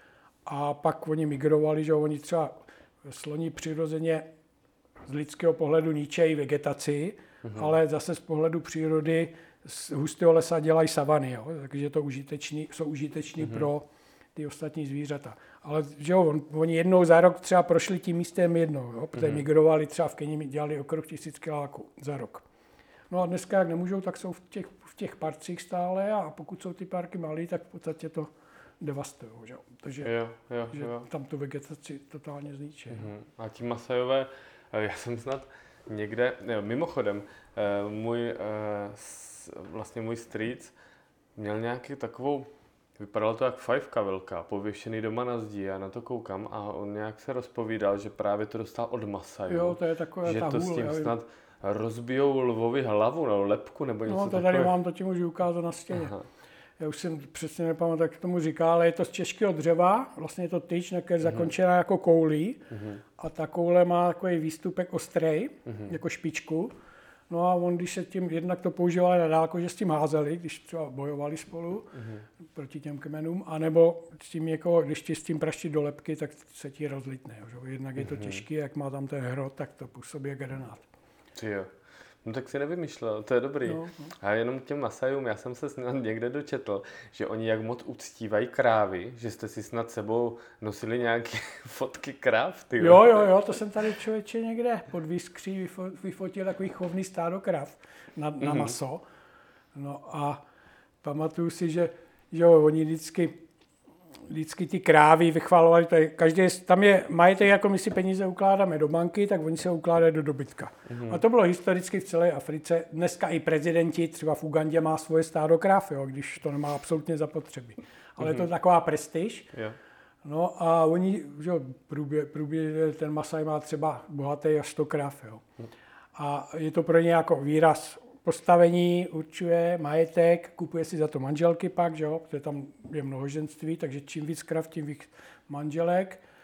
a pak oni migrovali, že jo, oni třeba sloní přirozeně z lidského pohledu ničejí vegetaci, mm-hmm. ale zase z pohledu přírody z hustého lesa dělají savany, jo? Takže to užiteční, jsou užiteční mm-hmm. pro ty ostatní zvířata. Ale že jo, on, oni jednou za rok třeba prošli tím místem jednou, jo? Protože mm-hmm. migrovali třeba v Keni, dělali okruh tisíc kiláků za rok. No a dneska, jak nemůžou, tak jsou v těch, v těch parcích stále a pokud jsou ty parky malý, tak v podstatě to devastují, že jo? Takže jo, jo, že jo. tam tu vegetaci totálně zničí. Mm-hmm. A ti Masajové, já jsem snad někde, ne, mimochodem, můj, vlastně můj strýc měl nějaký takovou, vypadalo to jak fajfka velká, pověšený doma na zdi, já na to koukám a on nějak se rozpovídal, že právě to dostal od Masajů. Jo, to je takové že ta to hůl, s tím já snad rozbijou lvovi hlavu, nebo lepku, nebo něco no, to tady takové. mám, to ti můžu ukázat na stěně. Aha. Já už jsem přesně nepamatuji, jak tomu říká, ale je to z těžkého dřeva, vlastně je to tyč, která je zakončená uh-huh. jako koulí uh-huh. a ta koule má takový výstupek ostrej, uh-huh. jako špičku. No a on, když se tím, jednak to používali na dálko, že s tím házeli, když třeba bojovali spolu uh-huh. proti těm kmenům, anebo s tím jako, když ti s tím praštit do lepky, tak se ti rozlitne. Že? Jednak uh-huh. je to těžký, jak má tam ten hrot, tak to působí granát. Jo. No tak si nevymýšlel, to je dobrý. No, no. A jenom k těm Masajům, já jsem se snad někde dočetl, že oni jak moc uctívají krávy, že jste si snad sebou nosili nějaké fotky kráv, ty. Jo, jo, jo, to jsem tady člověče někde pod výskří vyfotil takový chovný stádo krav na, na mm-hmm. maso. No a pamatuju si, že, že jo, oni vždycky vždycky ty krávy vychvalovali, tady každý, tam je majetek, jako my si peníze ukládáme do banky, tak oni se ukládají do dobytka. Mm. A to bylo historicky v celé Africe. Dneska i prezidenti, třeba v Ugandě má svoje stádo kráv, jo, když to nemá absolutně zapotřebí. Ale mm. je to taková prestiž. Yeah. No a oni, že průběh, průběh, ten Masaj má třeba bohatý až sto kráv. Jo. Mm. A je to pro ně jako výraz postavení, určuje majetek, kupuje si za to manželky pak, že jo, protože tam je mnohoženství, takže čím víc krav, tím víc manželek.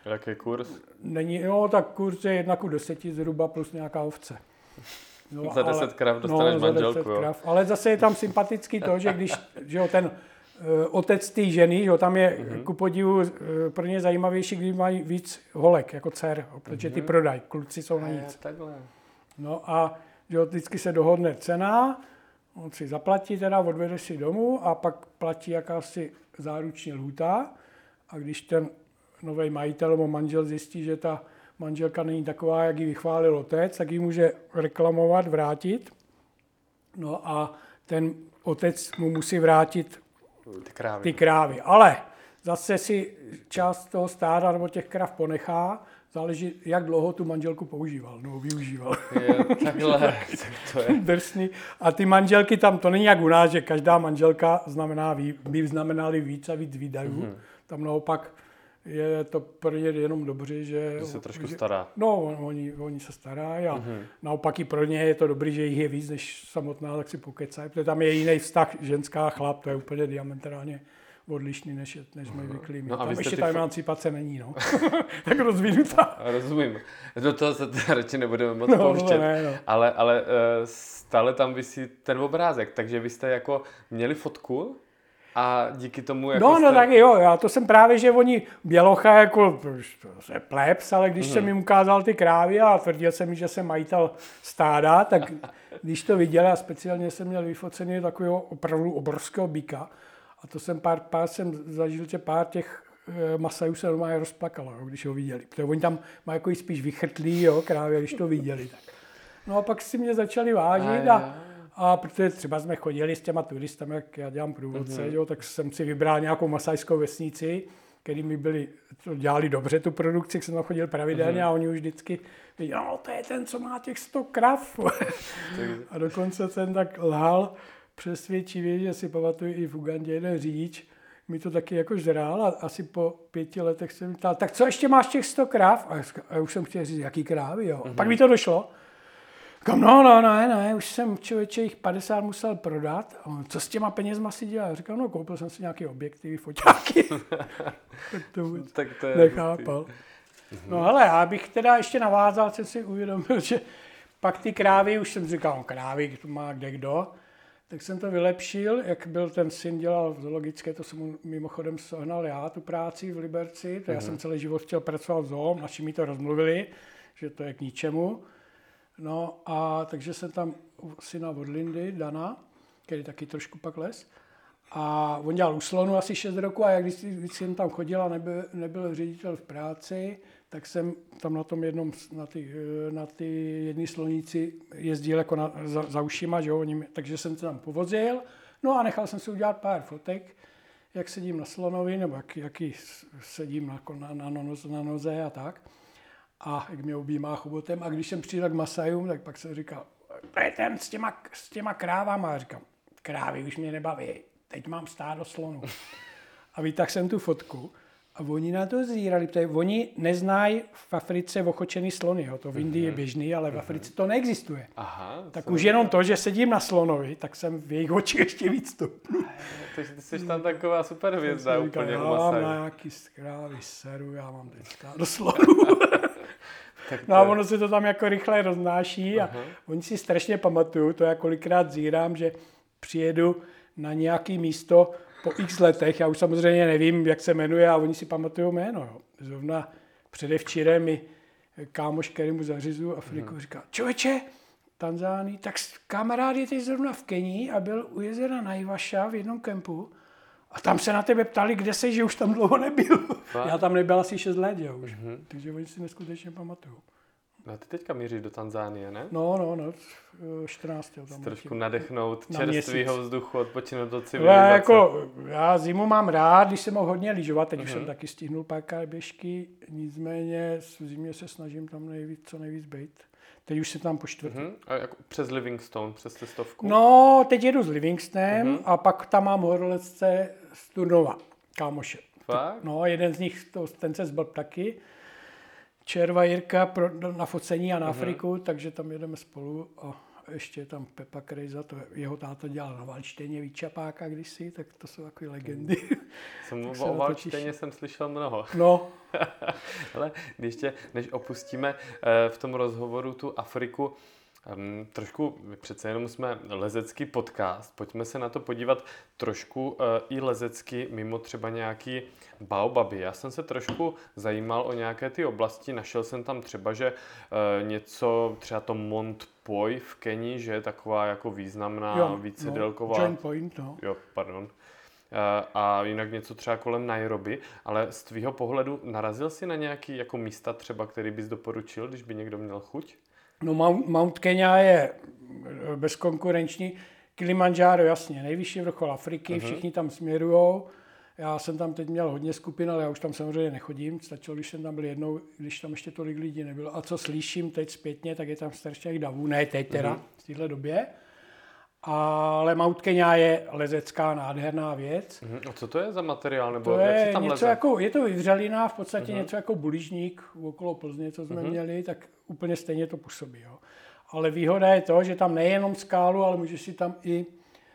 Jaký kurz? Není, no tak kurz je jedna ku deseti zhruba plus nějaká ovce. No, za deset ale, krav dostaneš no, manželku, jo. Krav. Ale zase je tam sympatický to, že když že jo, ten uh, otec té ženy, že jo, tam je mm-hmm. ku podivu uh, pro ně zajímavější, když mají víc holek jako dcer, protože ty prodají, kluci jsou na nic. Takhle. No a že jo, vždycky se dohodne cena, on si zaplatí teda, odvede si domů a pak platí jakási záruční lhůta a když ten nový majitel nebo manžel zjistí, že ta manželka není taková, jak ji vychválil otec, tak ji může reklamovat, vrátit. No a ten otec mu musí vrátit ty krávy. Ty krávy. Ale zase si část toho stáda nebo těch krav ponechá, záleží, jak dlouho tu manželku používal nebo využíval. Je, takhle, tak to je. Drsný. A ty manželky tam, to není jak u nás, že každá manželka znamená, by znamenaly víc a víc výdajů. Mm-hmm. Tam naopak je to pro ně jenom dobře, že... Že se trošku že, stará. No, oni, oni se starají a mm-hmm. naopak i pro ně je to dobrý, že jich je víc než samotná, tak si pokecají, protože tam je jiný vztah ženská chlap, to je úplně diametrálně odlišný, než, je, než mají vyklí. No tam ještě ta emancipace f... není, no. Tak rozvinutá. Rozumím. Do toho se teda radši nebudeme moc no, pouštět. No, ne, no. Ale, ale stále tam visí ten obrázek, takže vy jste jako měli fotku a díky tomu jako No, jste... no tak jo, já to jsem právě, že oni bělocha jako, to je plebs, ale když mm. jsem jim ukázal ty krávy a tvrdil jsem mi, že jsem majitel stáda, tak když to viděli a speciálně jsem měl vyfocený takového opravdu obrovského býka a to jsem pár, pár jsem zažil, že pár těch e, masajů se normálně rozplakalo, jo, když ho viděli, protože oni tam mají jako spíš vychrtlí, jo, krávy, když to viděli. Tak. No a pak si mě začali vážit a, a A protože třeba jsme chodili s těma turistami, jak já dělám průvodce, mm-hmm. jo, tak jsem si vybral nějakou masajskou vesnici, který mi byli, to dělali dobře tu produkci, jsem tam chodil pravidelně mm-hmm. a oni už vždycky viděli, no to je ten, co má těch sto krav. A dokonce jsem tak lhal přesvědčivě, že si pamatuju i v Ugandě jeden řidič, mi to taky jako žrál a asi po pěti letech jsem mi ptal, tak co ještě máš těch sto krav? A, a už jsem chtěl říct, jaký krávy, jo. Mm-hmm. A pak mi to došlo. Říkám, no, no, ne, ne, už jsem člověče jich padesát musel prodat. A on, co s těma penězma si dělal? Říkám, no, koupil jsem si nějaké objektivy, foťáky. Tak to vůbec tak to je nechápal. No ale já bych teda ještě navázal, jsem si uvědomil, že pak ty krávy, už jsem říkal, no, krávy, to má kde kdo, tak jsem to vylepšil, jak byl ten syn dělal v zoologické, to jsem mu mimochodem sehnal já, tu práci v Liberci, to já jsem celý život chtěl pracovat v zoo, naši mi to rozmluvili, že to je k ničemu. No a takže jsem tam syna od Lindy, Dana, který taky trošku pak les. A on dělal u slonu asi šest roku a jak když, když jsem tam chodil a nebyl, nebyl ředitel v práci, tak jsem tam na tom jednom, na ty, na ty jedné sloníci jezdil jako na, za, za ušima, že jo, oni, takže jsem se tam povozil. No a nechal jsem si udělat pár fotek, jak sedím na slonovi, nebo jak, jaký sedím na, na, na, noze, na noze a tak. A jak mě objímá chobotem. A když jsem přijel k Masajům, tak pak jsem říkal, to je ten s těma, s těma krávama. A říkám, krávy už mě nebaví, teď mám stádo slonů. A vytáhl jsem tu fotku a oni na to zírali, protože oni neznají v Africe ochočený slony. Jo. To v Indii je běžný, ale v Africe to neexistuje. Aha, tak už jenom to, že sedím na slonovi, tak jsem v jejich očích ještě víc stupnul. Takže ty jsi tam taková super hvězda úplně říkal, u Masajů. Já mám nějaký krávy, seru, já mám teď stádo slonů. No a ono se to tam jako rychle roznáší a uh-huh. oni si strašně pamatují, to já kolikrát zírám, že přijedu na nějaké místo po x letech, já už samozřejmě nevím, jak se jmenuje a oni si pamatují jméno. Jo. Zrovna předevčírem mi kámoš, který mu zařizuju Afriku, uh-huh. říká, člověče, Tanzánii, tak kamarád je teď zrovna v Kenii a byl u jezera Naivasha v jednom kempu. A tam se na tebe ptali, kde jsi, že už tam dlouho nebyl. A? Já tam nebyl asi šest let, jo, už. Mm-hmm. Takže oni si neskutečně pamatují. No ty teďka míříš do Tanzánie, ne? No, no, no, čtrnáct. Tam trošku nadechnout čerstvýho vzduchu, odpočinout od civilizace. Já, jako, já zimu mám rád, když jsem mohl hodně lyžovat, teď mm-hmm. už jsem taky stihnul párkrát běžky, nicméně v zimě se snažím tam nejvíc, co nejvíc být. Teď už se tam po čtvrtý. Mm-hmm. A jako přes Livingstone, přes cestovku? No, teď jedu s Livingstonem mm-hmm. a pak tam mám horolezce z Turnova, kámoše. Fakt? No, jeden z nich, to, ten se zblb taky. Červa Jirka pro, na focení a na Afriku, mm-hmm. takže tam jedeme spolu a, ještě je tam Pepa Krejza, to jeho táta dělal na Valčteně Víčapáka kdysi, tak to jsou takové legendy. Jsem o Valčteně jsem slyšel mnoho. No. Ale ještě, než opustíme v tom rozhovoru tu Afriku, Um, trošku, přece jenom jsme lezecký podcast, pojďme se na to podívat trošku uh, i lezecky, mimo třeba nějaký baobaby. Já jsem se trošku zajímal o nějaké ty oblasti, našel jsem tam třeba, že uh, něco, třeba to Mont Poi v Keni, že je taková jako významná, jo, vícedelková... No, Joint Point, no. Jo, pardon. Uh, a jinak něco třeba kolem Nairobi, ale z tvýho pohledu narazil jsi na nějaký jako místa třeba, který bys doporučil, když by někdo měl chuť? No Mount, Mount Kenya je bezkonkurenční. Kilimanjaro, jasně, nejvyšší vrchol Afriky, uh-huh. Všichni tam směrujou. Já jsem tam teď měl hodně skupin, ale já už tam samozřejmě nechodím. Stačilo, když jsem tam byl jednou, když tam ještě tolik lidí nebylo. A co slyším teď zpětně, tak je tam strašně davů. Ne teď teda, uh-huh. v téhle době. Ale Mount Kenya je lezecká nádherná věc. Uh-huh. A co to je za materiál? Nebo to jak je se tam něco leze? jako, je to vyvřelina, v podstatě uh-huh. něco jako buližník okolo Plzně, co jsme uh-huh. měli, tak úplně stejně to působí. Jo. Ale výhoda je to, že tam nejenom skálu, ale můžeš si tam i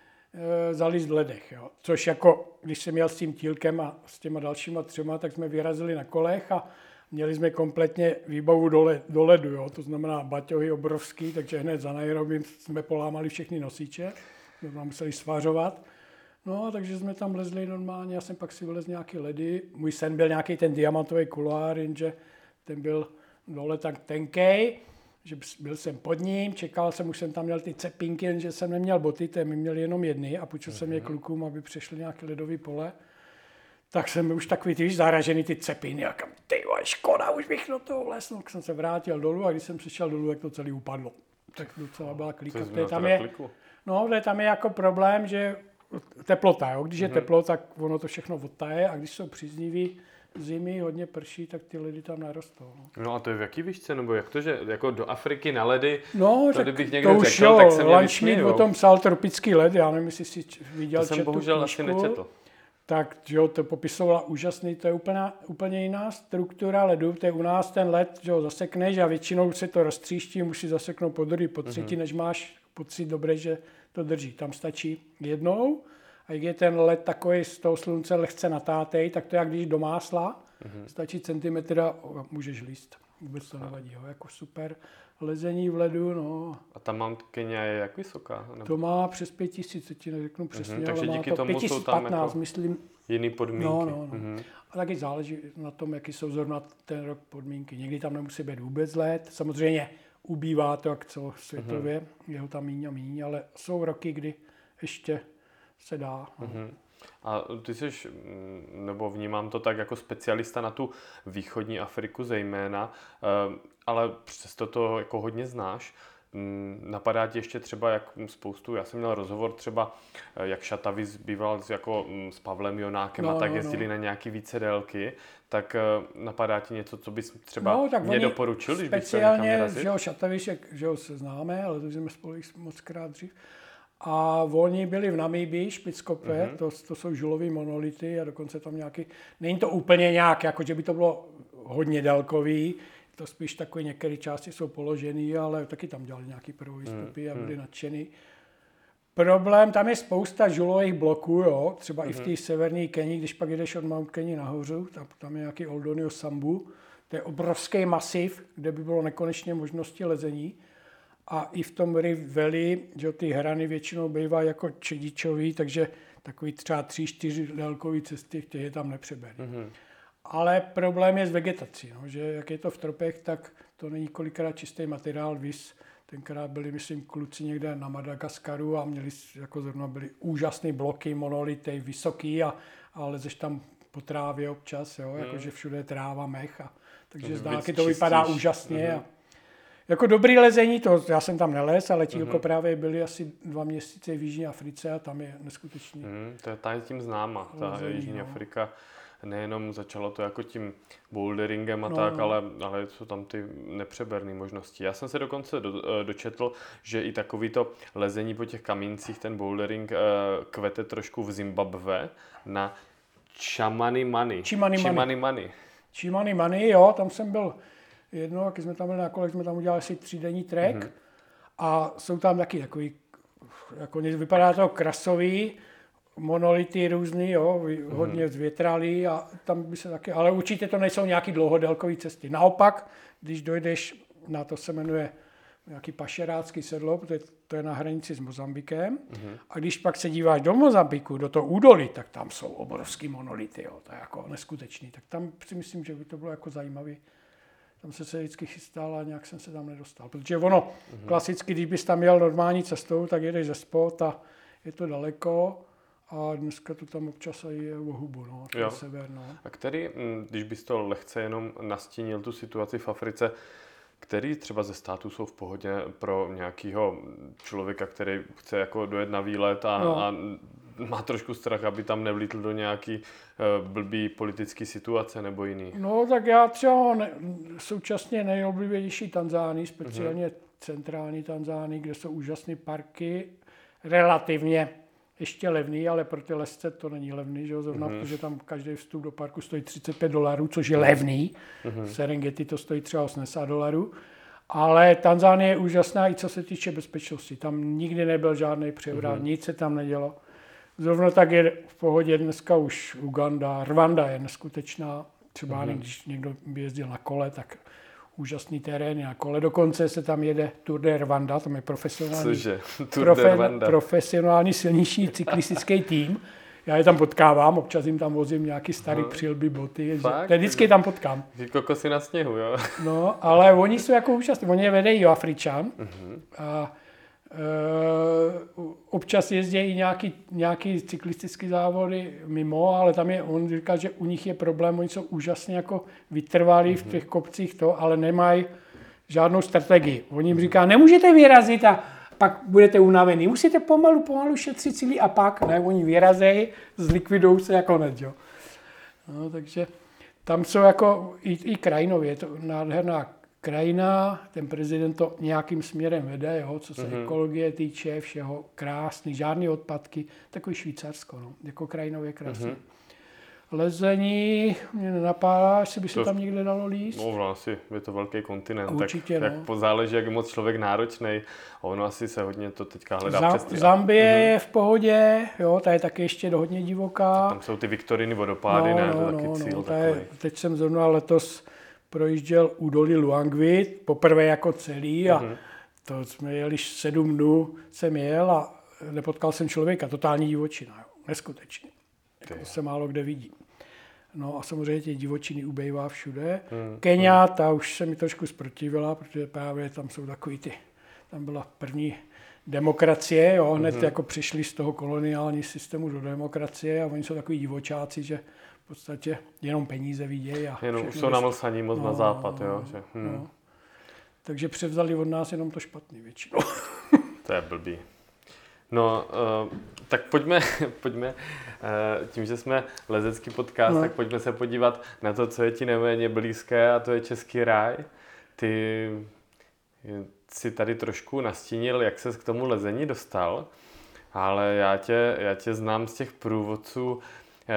e, zalízt v ledech. Jo. Což jako, když jsem jel s tím Tílkem a s těma dalšíma třema, tak jsme vyrazili na kolech a měli jsme kompletně výbavu do, le, do ledu. Jo. To znamená baťohy obrovský, takže hned za Nairobi jsme polámali všechny nosiče, jsme tam museli svařovat. No, takže jsme tam lezli normálně, já jsem pak si vylez nějaký ledy. Můj sen byl nějaký ten diamantový kuloár, jenže ten byl dole tak tenkej, že byl jsem pod ním, čekal jsem, už jsem tam měl ty cepínky, jenže jsem neměl boty, ty my měli jenom jedny a půjčil jsem je klukům, aby přešli nějaké ledové pole. Tak jsem už takový, ty víš, zaražený ty cepíny a kam, ty vole, škoda, už bych do toho vlez. No, jsem se vrátil dolů a když jsem přišel dolů, tak to celý upadlo. Tak docela byla klíka. Tam je, no, tam je jako problém, že teplota, jo? Když je mm-hmm. teplo, tak ono to všechno odtaje a když jsou příznivý zimy, hodně prší, tak ty ledy tam narostou. No, no a to je v jaký výšce, nebo jak to, že jako do Afriky na ledy, no, to kdybych někde to řekl, jo, tak se mě Lančmít o tom psal tropický led, já nevím, jestli jsi viděl, to jsem bohužel knížku, asi nečetl. Tak jo, to popisovala úžasný, to je úplně, úplně jiná struktura ledu, to je u nás ten led, že ho zasekneš a většinou se to roztříští, musí zaseknout po druhý, po třetí, mm-hmm. než máš pocit dobré, že to drží. Tam stačí jednou a jak je ten led takový z toho slunce lehce natátej, tak to je jak když do másla, mm-hmm. stačí centimetr a můžeš líst. Vůbec to nevadí, jo, jako super lezení v ledu, no. A tam Mount Kenya je jak vysoká? Nebo... To má přes pět tisíc, co ti neřeknu přesně, mm-hmm, ale takže má díky to tomu pět tisíc patnáct, jako myslím. Jiný podmínky. No, no, no. Mm-hmm. A taky záleží na tom, jaký jsou zrovna ten rok podmínky. Někdy tam nemusí být vůbec let, samozřejmě ubývá to jak celosvětově, mm-hmm. je ho tam míň a míň, ale jsou roky, kdy ještě se dá. No. Mm-hmm. A ty jsi, nebo vnímám to tak jako specialista na tu východní Afriku zejména, ale přesto to jako hodně znáš. Napadá ti ještě třeba, jak spoustu, já jsem měl rozhovor třeba, jak Šatavis býval jako s Pavlem Jonákem no, a tak jezdili no, no. na nějaký více délky, tak napadá ti něco, co bys třeba no, mě doporučil, když bych chtěl někam vyrazit? Speciálně, Šatavis, že ho se známe, ale to jsme spolu moc krát dřív. A oni byli v Namíbii, Špickope, mm-hmm. to, to jsou žulový monolity a dokonce tam nějaký, není to úplně nějak, jako že by to bylo hodně délkový, to spíš takové některé části jsou položený, ale taky tam dělali nějaký první stopy mm-hmm. a byli nadšený. Problém, tam je spousta žulových bloků, jo, třeba mm-hmm. i v té severní Keni, když pak jdeš od Mount Keni nahoru, tam, tam je nějaký Oldonio Sambu, to je obrovský masiv, kde by bylo nekonečně možnosti lezení. A i v tom Rift Valley, že ty hrany většinou bývají jako čedičový, takže takový třeba tři, čtyři délkový cesty, které je tam nepřeberý. Mm-hmm. Ale problém je s vegetací, no, že jak je to v tropech, tak to není kolikrát čistý materiál, vys. Tenkrát byli, myslím, kluci někde na Madagaskaru a měli, jako zrovna byly úžasné bloky, monolity, vysoký a, a lezeš tam po trávě občas, jo, mm. jakože všude je tráva, mech. A, takže z dálky to vypadá úžasně. Mm. A, jako dobrý lezení, to já jsem tam nelez, ale Tílko mm-hmm. právě byli asi dva měsíce v Jižní Africe a tam je neskutečný. Mm, to je tady tím známa, ta lezení, Jižní no. Afrika. Nejenom začalo to jako tím boulderingem a no, tak, no. Ale, ale jsou tam ty nepřeberné možnosti. Já jsem se dokonce do, dočetl, že i takovýto lezení po těch kamíncích, ten bouldering kvete trošku v Zimbabwe na Chimanimani. Chimanimani. Chimanimani, jo, tam jsem byl jednou, jak jsme tam byli na kolech, jsme tam udělali asi třídenní trek. Mm-hmm. A jsou tam taky takový, jako vypadá to krasový, monolity různý, jo, hodně mm. zvětralý a tam by se taky, ale určitě to nejsou nějaký dlouhodélkový cesty. Naopak, když dojdeš na to se jmenuje nějaký pašerácký sedlo, protože to je na hranici s Mozambikem. Mm-hmm. A když pak se díváš do Mozambiku, do toho údolí, tak tam jsou obrovský monolity, jo, to je jako neskutečný. Tak tam si myslím, že by to bylo jako zajímavý. Tam jsem se vždycky chystal a nějak jsem se tam nedostal. Protože ono, mm-hmm. klasicky, když bys tam jel normální cestou, tak jedeš ze spod a je to daleko. A dneska to tam občas i je o hubu, no, to je sever, no. A který, když bys to lehce jenom nastínil tu situaci v Africe, který třeba ze států jsou v pohodě pro nějakého člověka, který chce jako dojet na výlet a, no. a má trošku strach, aby tam nevlítl do nějaký uh, blbý politický situace nebo jiný? No tak já třeba ne, současně nejoblíbenější Tanzánii, speciálně mm-hmm. centrální Tanzánii, kde jsou úžasné parky, relativně ještě levný, ale pro ty lesce to není levný, že jo, zrovna, mm-hmm. protože tam každý vstup do parku stojí třicet pět dolarů, což je levný. Mm-hmm. V Serengeti to stojí třeba osmdesát dolarů. Ale Tanzánie je úžasná i co se týče bezpečnosti. Tam nikdy nebyl žádný převrat, mm-hmm. nic se tam nedělo. Zrovna tak je v pohodě dneska už Uganda, Rwanda je neskutečná. Třeba mm-hmm. když někdo by jezdil na kole, tak úžasný terén na kole. Dokonce se tam jede Tour de Rwanda, tam je profesionální, Cože? Tour profe, de Rwanda. profesionální silnější cyklistický tým. Já je tam potkávám, občas jim tam vozím nějaký starý no. přilby, boty, to vždycky tam potkám. Ty kokosy na sněhu, jo? No, ale oni jsou jako úžasní, oni je vedejí Afričan uh-huh. a e, občas jezdí i nějaký, nějaký cyklistický závody mimo, ale tam je, on říká, že u nich je problém, oni jsou úžasně jako vytrvalí uh-huh. v těch kopcích to, ale nemají žádnou strategii. On jim říká, nemůžete vyrazit a pak budete unavený. Musíte pomalu, pomalu šetřit síly a pak, ne, oni vyrazejí, zlikvidují se jako konec, jo. No, takže tam jsou jako i, i krajinově, je to nádherná krajina, ten prezident to nějakým směrem vede, jo, co se mm-hmm. ekologie týče, všeho krásný, žádný odpadky, takový Švýcarsko, no, jako krajinově krásný. Mm-hmm. Lezení mě nenapadá, jestli by se to tam někde dalo líst. No, asi je to velký kontinent, určitě, tak, no. tak záleží, jak je moc člověk náročný. A ono asi se hodně to teďka hledá Zam, přes ty. Zambie mm-hmm. je v pohodě, jo, ta je taky ještě hodně divoká. Tam jsou ty Viktoriny vodopády, no, ne, no, to taky no, cíl no, takový. Je, teď jsem zrovna letos projížděl údolí Luangwi, poprvé jako celý a mm-hmm. to jsme jeli sedm dnů, jsem jel a nepotkal jsem člověka, totální divočina, jo, neskutečně. Jako se málo kde vidí. No a samozřejmě těch divočiny ubejvá všude. Hmm. Kenia, ta už se mi trošku zprotivila, protože právě tam jsou takový ty, tam byla první demokracie, jo, hned hmm. jako přišli z toho koloniální systému do demokracie a oni jsou takový divočáci, že v podstatě jenom peníze vidějí. A jenom už jsou namlsaní moc no, na západ, jo. Že, hmm. no. Takže převzali od nás jenom to špatný většinou. To je blbý. No, uh, tak pojďme, pojďme uh, tím, že jsme lezecký podcast, no. tak pojďme se podívat na to, co je ti neméně blízké, a to je Český ráj. Ty si tady trošku nastínil, jak ses k tomu lezení dostal, ale já tě, já tě znám z těch průvodců uh,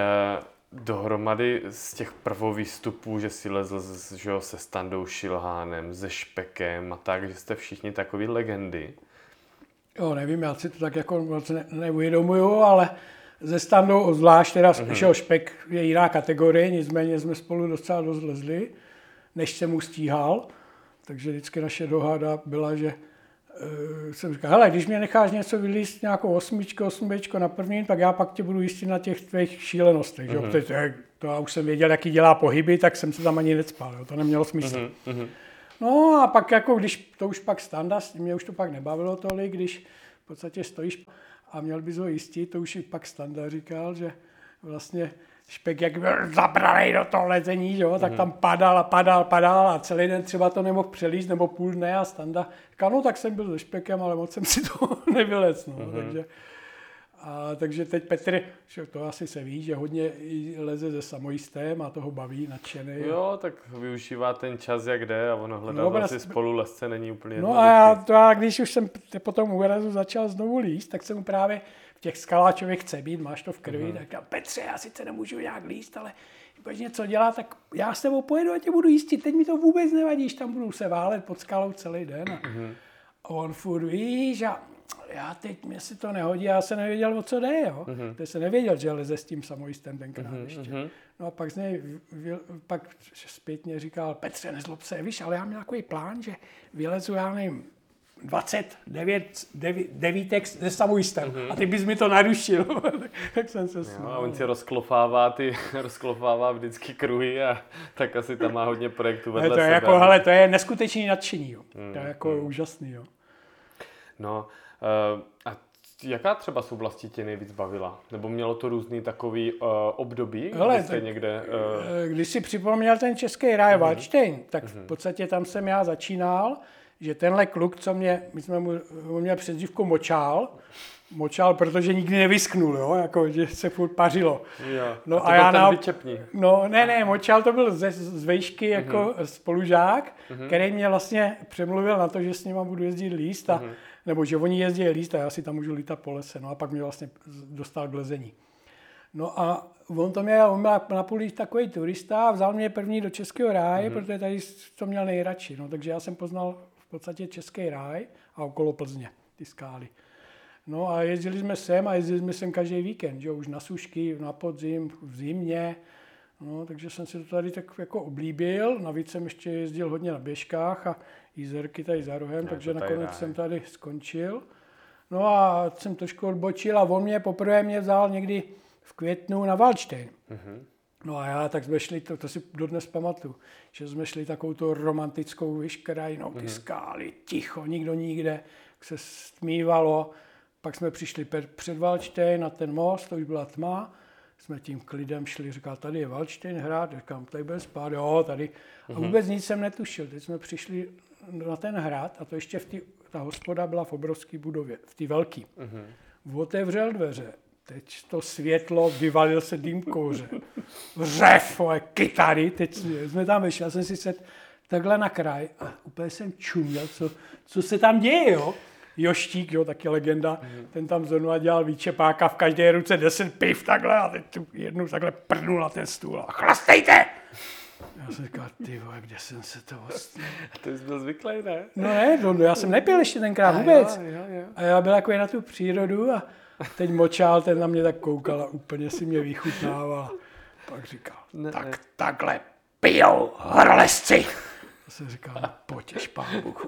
dohromady z těch prvovýstupů, že si lezl z, že jo, se Standou Šilhánem, se Špekem a tak, že jste všichni takový legendy. Jo, nevím, já si to tak jako moc ne, neuvědomuju, ale ze Standou zvlášť teda mm-hmm. Špek je jiná kategorie, nicméně jsme spolu docela dost lezli, než jsem mu stíhal. Takže vždycky naše dohada byla, že uh, jsem říkal, hele, když mě necháš něco vylíst, nějakou osmičku, osmbečko na první, tak já pak tě budu jistit na těch tvých šílenostech. Mm-hmm. Že? To, to já už jsem věděl, jaký dělá pohyby, tak jsem se tam ani necpal, jo? To nemělo smysl. Mm-hmm. No a pak jako, když to už pak Standa, mě už to pak nebavilo tolik, když v podstatě stojíš a měl bys ho jistit, to už i pak Standa říkal, že vlastně Špek, jak byl zabranej do toho lezení, jo, tak tam padal a padal, padal a celý den třeba to nemohl přelíst, nebo půl dne a Standa říkal, no tak jsem byl se Špekem, ale moc jsem si to nevylez, no, mm-hmm. takže... A takže teď Petr, to asi se ví, že hodně leze se samojistem a toho baví, nadšený. Jo, tak využívá ten čas, jak jde a ono hledat no, asi spolu lesce není úplně jednoduchý. No a já, to já, když už jsem po tom úrazu začal znovu líst, tak jsem mu právě v těch skalách člověk chce být, máš to v krvi, mm-hmm. tak říkám, Petře, já sice nemůžu nějak líst, ale když něco dělá, tak já s tebou pojedu a tě budu jistit, teď mi to vůbec nevadí, tam budu se válet pod skalou celý den. A, mm-hmm. A on furt, víš, a já teď, mě si to nehodí, já se nevěděl, o co jde, jo. Mm-hmm. Teď se nevěděl, že leze s tím samojistem tenkrát mm-hmm. ještě. No a pak z něj, pak zpětně říkal, Petře, nezlob se, víš, ale já měl takový plán, že vylezu, já nevím, dvacet devět devítek se samojistem mm-hmm. a ty bys mi to narušil. Tak jsem se smál. A on si rozklofává, ty, rozklofává vždycky kruhy a tak asi tam má hodně projektů vedle to je sebe. Jako, hele, to je neskutečný nadšení, jo. Mm, to je jako mm. úžasný, jo. No uh, a jaká třeba z oblasti tě nejvíc bavila? Nebo mělo to různý takový uh, období, hele, kdy jste někde... Uh... Když si připomněl ten český ráj mm-hmm. Waldstein, tak mm-hmm. v podstatě tam jsem já začínal, že tenhle kluk, co mě, my jsme mu, mu měl přezdívku Močál, Močál, protože nikdy nevysknul, jo, jako, že se furt pařilo. Jo. No a to a byl já ten na... vyčepní. No ne, ne, Močál to byl ze, z vejšky jako mm-hmm. spolužák, mm-hmm. který mě vlastně přemluvil na to, že s nima budu jezdit líst, a, mm-hmm. nebo že oni jezdí líst a já si tam můžu lítat po lese, no a pak mě vlastně dostal k lezení. No a on to měl, on byl na půl takový turista a vzal mě první do Českého ráje, mm-hmm. protože tady to měl nejradši, no, takže já jsem poznal v podstatě Český ráj a okolo Plzně, ty skály. No a jezdili jsme sem a jezdili jsme sem každý víkend, že už na sušky, na podzim, v zimě. No, takže jsem si to tady tak jako oblíbil. Navíc jsem ještě jezdil hodně na běžkách a jízerky tady za rohem, no, takže nakonec ráj. jsem tady skončil. No a jsem trošku odbočil a on mě poprvé mě vzal někdy v květnu na Waldstein. Mm-hmm. No a já tak jsme šli, to, to si dodnes pamatuju, že jsme šli takovou tu romantickou vyškrajinou, ty mm-hmm. skály, ticho, nikdo nikde, se stmívalo. Pak jsme přišli před Waldstein na ten most, to už byla tma, jsme tím klidem šli, říkal, tady je Waldstein hrad, říkám, tady bude spát, jo, tady. A vůbec nic jsem netušil, teď jsme přišli na ten hrad a to ještě v tý, ta hospoda byla v obrovské budově, v té velké. Uh-huh. Otevřel dveře, teď to světlo, vyvalil se dým kouře, řev, kytary, teď jsme tam vyšli, já jsem si sedl takhle na kraj a úplně jsem čuměl, co, co se tam děje, jo. Joštík, jo, taky legenda, mm. ten tam zrovna dělal výčepáka, v každé ruce deset piv takhle a teď tu jednu takhle prdnul na ten stůl a chlastejte! Já jsem říkal, ty vole, kde jsem se to vlastně... A ty jsi byl zvyklý, ne? No ne, no, já jsem nepil ještě tenkrát vůbec. Jo, jo, jo. A já byl takový na tu přírodu a teď Močál, ten na mě tak koukal a úplně si mě vychutnával. Pak říkal, ne, tak ne. takhle pijou horolezci. Já jsem říkal, no potěš, pán Bůh.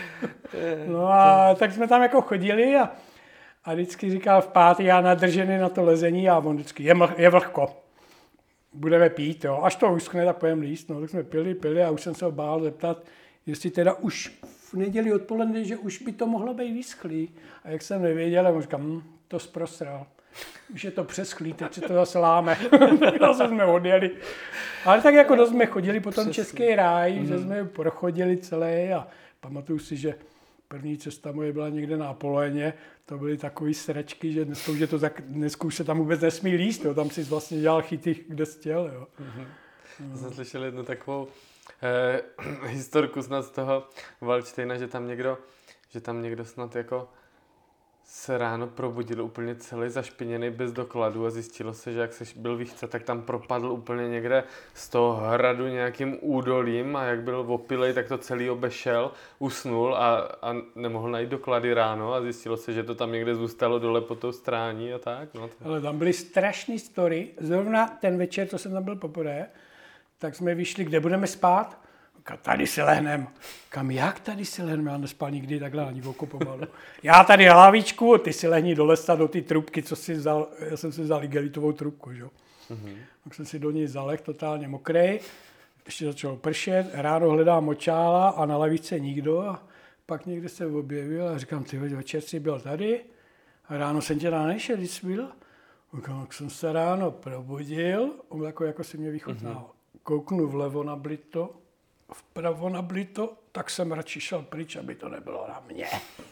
No a tak jsme tam jako chodili a, a vždycky říkal v pátý, já nadržený na to lezení a on vždycky, je, ml, je vlhko, budeme pít, jo. Až to uskne, tak pojem líst. No, tak jsme pili, pili a už jsem se ho bál zeptat, jestli teda už v neděli odpoledne, že už by to mohlo být vyschlý. A jak jsem nevěděl, a on říkal, hm, to zprostral. Už je to přeschlý, teď se to zase láme. Tak zase jsme odjeli. Ale tak jako dost jsme chodili po tom Český ráj, mm. že jsme prochodili celé a pamatuju si, že první cesta moje byla někde na Apoléně. To byly takové sračky, že dneska už, je to tak, dneska už se tam vůbec nesmí líst. Jo. Tam si vlastně dělal chyty, kde jsi chtěl. Jo. Mm-hmm. No. Jsem slyšel jednu takovou eh, historku snad z toho Waldsteina, že tam někdo, že tam někdo snad jako se ráno probudil úplně celý zašpiněný bez dokladu a zjistilo se, že jak se byl výchce, tak tam propadl úplně někde z toho hradu nějakým údolím a jak byl opilej, tak to celý obešel, usnul a, a nemohl najít doklady ráno a zjistilo se, že to tam někde zůstalo dole pod tou strání a tak. No to... Ale tam byly strašný story. Zrovna ten večer, co jsem tam byl poprvé, tak jsme vyšli, kde budeme spát. Tady si lehnem. Kam jak tady si lehnem? Já nespal nikdy takhle ani oko pomalu. Já tady hlavičku, ty si lehni do lesa, do ty trubky, co si vzal. Já jsem si vzal igelitovou trubku, že? Mm-hmm. Tak jsem si do ní zaleh, totálně mokrej. Ještě začalo pršet, ráno hledám Močála a na lavice nikdo. A pak někde se objevil a říkám, ty večer jsi byl tady a ráno jsem tě nešel, když jsi byl. Tak jsem se ráno probudil, on jako, jako si mě vychutnal. Mm-hmm. Kouknu vlevo na blito, vpravo na blito, tak jsem radši šel pryč, aby to nebylo na mě.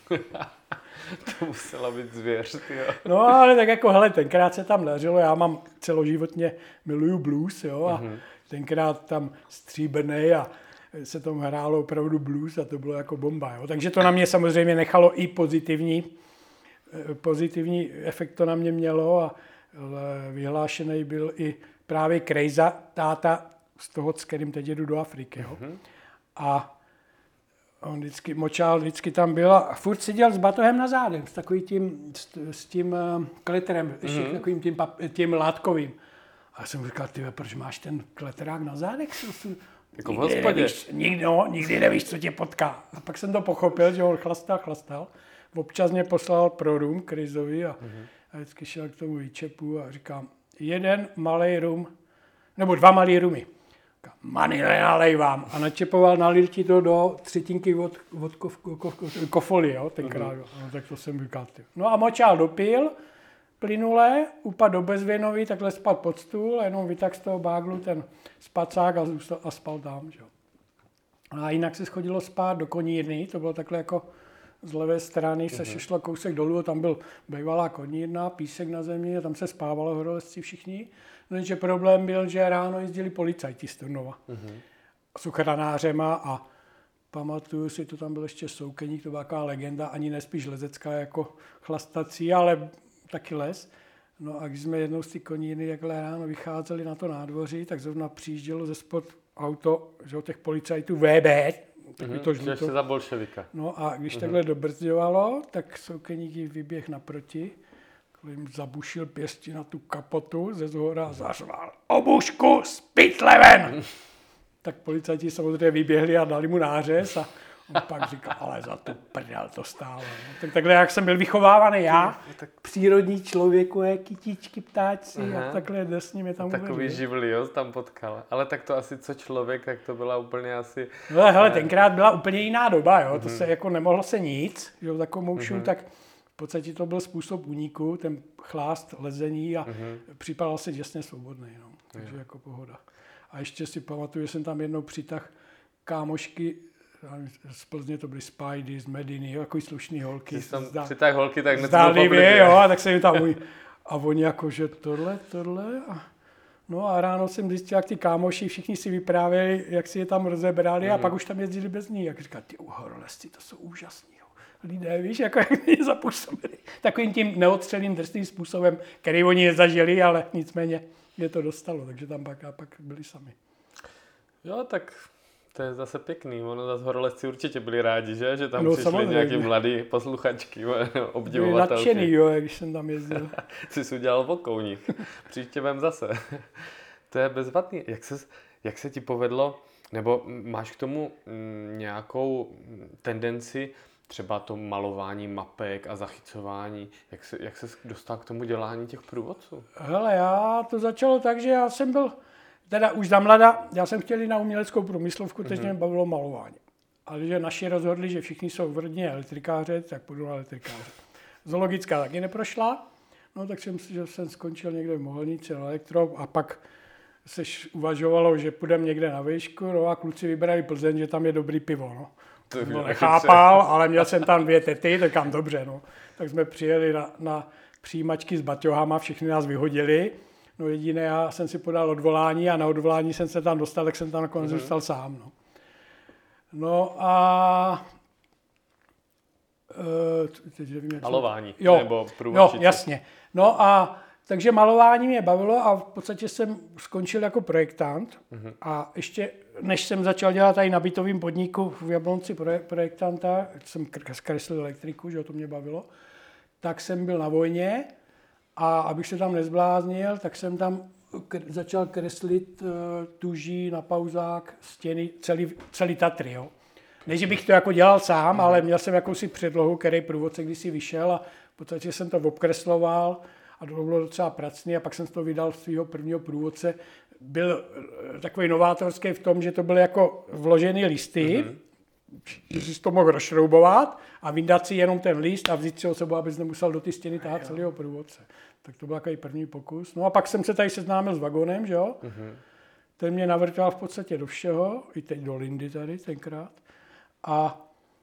To musela být zvěř, jo. No ale tak jako, hele, tenkrát se tam dařilo, já mám celoživotně, miluju blues, jo, a mm-hmm. tenkrát tam stříbrnej a se tam hrálo opravdu blues a to bylo jako bomba, jo. Takže to na mě samozřejmě nechalo i pozitivní, pozitivní efekt to na mě mělo a vyhlášený byl i právě Krejza, táta, z toho, s kterým teď jedu do Afriky. Jo. Mm-hmm. A On vždycky močál, vždycky tam byl a furt seděl s batohem na zádem, s takovým tím, s, s tím uh, kleterem, ještě mm-hmm. takovým tím, pap- tím látkovým. A já jsem říkal, ty, proč máš ten kleterák na zádech? Jako v hospodě. Nikdy, no, nikdy nevíš, co tě potká. A pak jsem to pochopil, že on chlastal, chlastal. Občas mě poslal pro rum krizový a, mm-hmm. a vždycky šel k tomu výčepu a říkám, jeden malej rum, nebo dva malý rumy. Mani, nenalej vám. A načepoval, nalil ti to do třetinky od, od kof, kof, kofoly, jo, tenkrát. Mm-hmm. No, tak to jsem říkal. No a močál dopil, plynule, upad do bezvěnový, takhle spad pod stůl, jenom vytak z toho báglu ten spacák a, a spal tam. Že? A jinak se schodilo spát do konírny, to bylo takhle jako z levé strany se mm-hmm. šlo kousek dolů, tam byl bývalá konírna, písek na zemi a tam se spávalo horolezci všichni. No, že problém byl, že ráno jezdili policajti z Turnova mm-hmm. s ochranářema a pamatuju si, to tam byl ještě Soukeník, to byla taková legenda, ani nespíš lezecká jako chlastací, ale taky les. No a když jsme jednou z ty konírny jakhle ráno vycházeli na to nádvoří, tak zrovna přijíždělo ze spod auto, že od těch policajtů V B, mm-hmm, to žluto. Za bolševika. No a když mm-hmm. takhle dobrzďovalo, tak Soukeník jí vyběh naproti, jim zabušil pěstí na tu kapotu ze zhora a zařval obušku, z pytle ven! Tak policajti samozřejmě vyběhli a dali mu nářez a on pak říkal, ale za tu prdel to stálo. No, tak takhle, jak jsem byl vychovávaný já, tak přírodní člověku, je kytičky, ptáčci a takhle desně mě tam uvedli. Takový živlí, jo, tam potkal. Ale tak to asi co člověk, tak to byla úplně asi... No hele, tenkrát byla úplně jiná doba, jo, to mm-hmm. se jako nemohlo se nic, jo, takovou mm-hmm. tak v podstatě to byl způsob úniku, ten chlást, lezení a mm-hmm. připadal se děsně svobodný, no, takže mm. jako pohoda. A ještě si pamatuju, že jsem tam jednou přitah kámošky, z Plzně to byly Spidey, z Mediny, jo, takový slušný holky. Jsi tam zdá, přitah holky, tak zdálivě, jo, a tak se jim tam uj... A oni jako, že tohle, tohle. A... No a ráno jsem zjistil, jak ty kámoši všichni si vyprávěli, jak si je tam rozebrali mm. a pak už tam jezdili bez ní. Jak říkali, ty horolezci, to jsou úžasní. Jo. Lidé, víš, jako jak mě zapůsobili. Takovým tím neodstřelým drsným způsobem, který oni nezažili, ale nicméně je to dostalo, takže tam pak a pak byli sami. Jo, tak to je zase pěkný. Ono zase horolezci určitě byli rádi, že? Že tam no, přišli samozřejmě. Nějaký mladý posluchačky, obdivovatelky. Byli nadšený, jo, když jsem tam jezdil. Jsi si udělal vokouník. Příště vem zase. To je bezvadný. Jak se, jak se ti povedlo, nebo máš k tomu nějakou tendenci, třeba to malování mapek a zachycování, jak se, jak se dostal k tomu dělání těch průvodců? Hele, já to začalo tak, že já jsem byl, teda už za mlada, já jsem chtěl jít na uměleckou průmyslovku, teď mm-hmm. mě bavilo malování. Ale že naši rozhodli, že všichni jsou v rodině elektrikáře, tak půjdu na elektrikáře. Zoologická taky neprošla, no tak jsem si, že jsem skončil někde v Mohelnici na elektro a pak se uvažovalo, že půjdeme někde na výšku, no a kluci vybrali Plzeň, že tam je dobrý pivo, no. To to nechápal, ale měl jsem tam dvě tety, tak kam dobře, no. Tak jsme přijeli na, na přijímačky s baťohama, všichni nás vyhodili. No jediné, já jsem si podal odvolání a na odvolání jsem se tam dostal, tak jsem tam nakonec mm-hmm. zůstal sám, no. No a... Uh, teď nevím, malování, jo, nebo průvodčice. Jo, jasně. No a takže malování mě bavilo a v podstatě jsem skončil jako projektant mm-hmm. a ještě než jsem začal dělat tady na bytovém podniku v Jablonci projektanta, jsem zkreslil elektriku, že to mě bavilo, tak jsem byl na vojně a abych se tam nezbláznil, tak jsem tam k- začal kreslit uh, tuží na pauzák stěny, celý, celý Tatry, jo. Ne, že bych to jako dělal sám, mm-hmm. ale měl jsem jakousi předlohu, který průvodce kdysi vyšel a v podstatě jsem to obkresloval a to bylo docela pracný a pak jsem z toho vydal svého prvního průvodce. Byl takový novátorský v tom, že to byly jako vložené listy, mm-hmm. že jsi to mohl rozšroubovat a vyndat si jenom ten list a vzít si ho sebou, abys nemusel do ty stěny tahat celého průvodce. Tak to byl takový první pokus. No a pak jsem se tady seznámil s vagonem, že jo? Mm-hmm. Ten mě navrtal v podstatě do všeho, i teď do Lindy tady tenkrát. A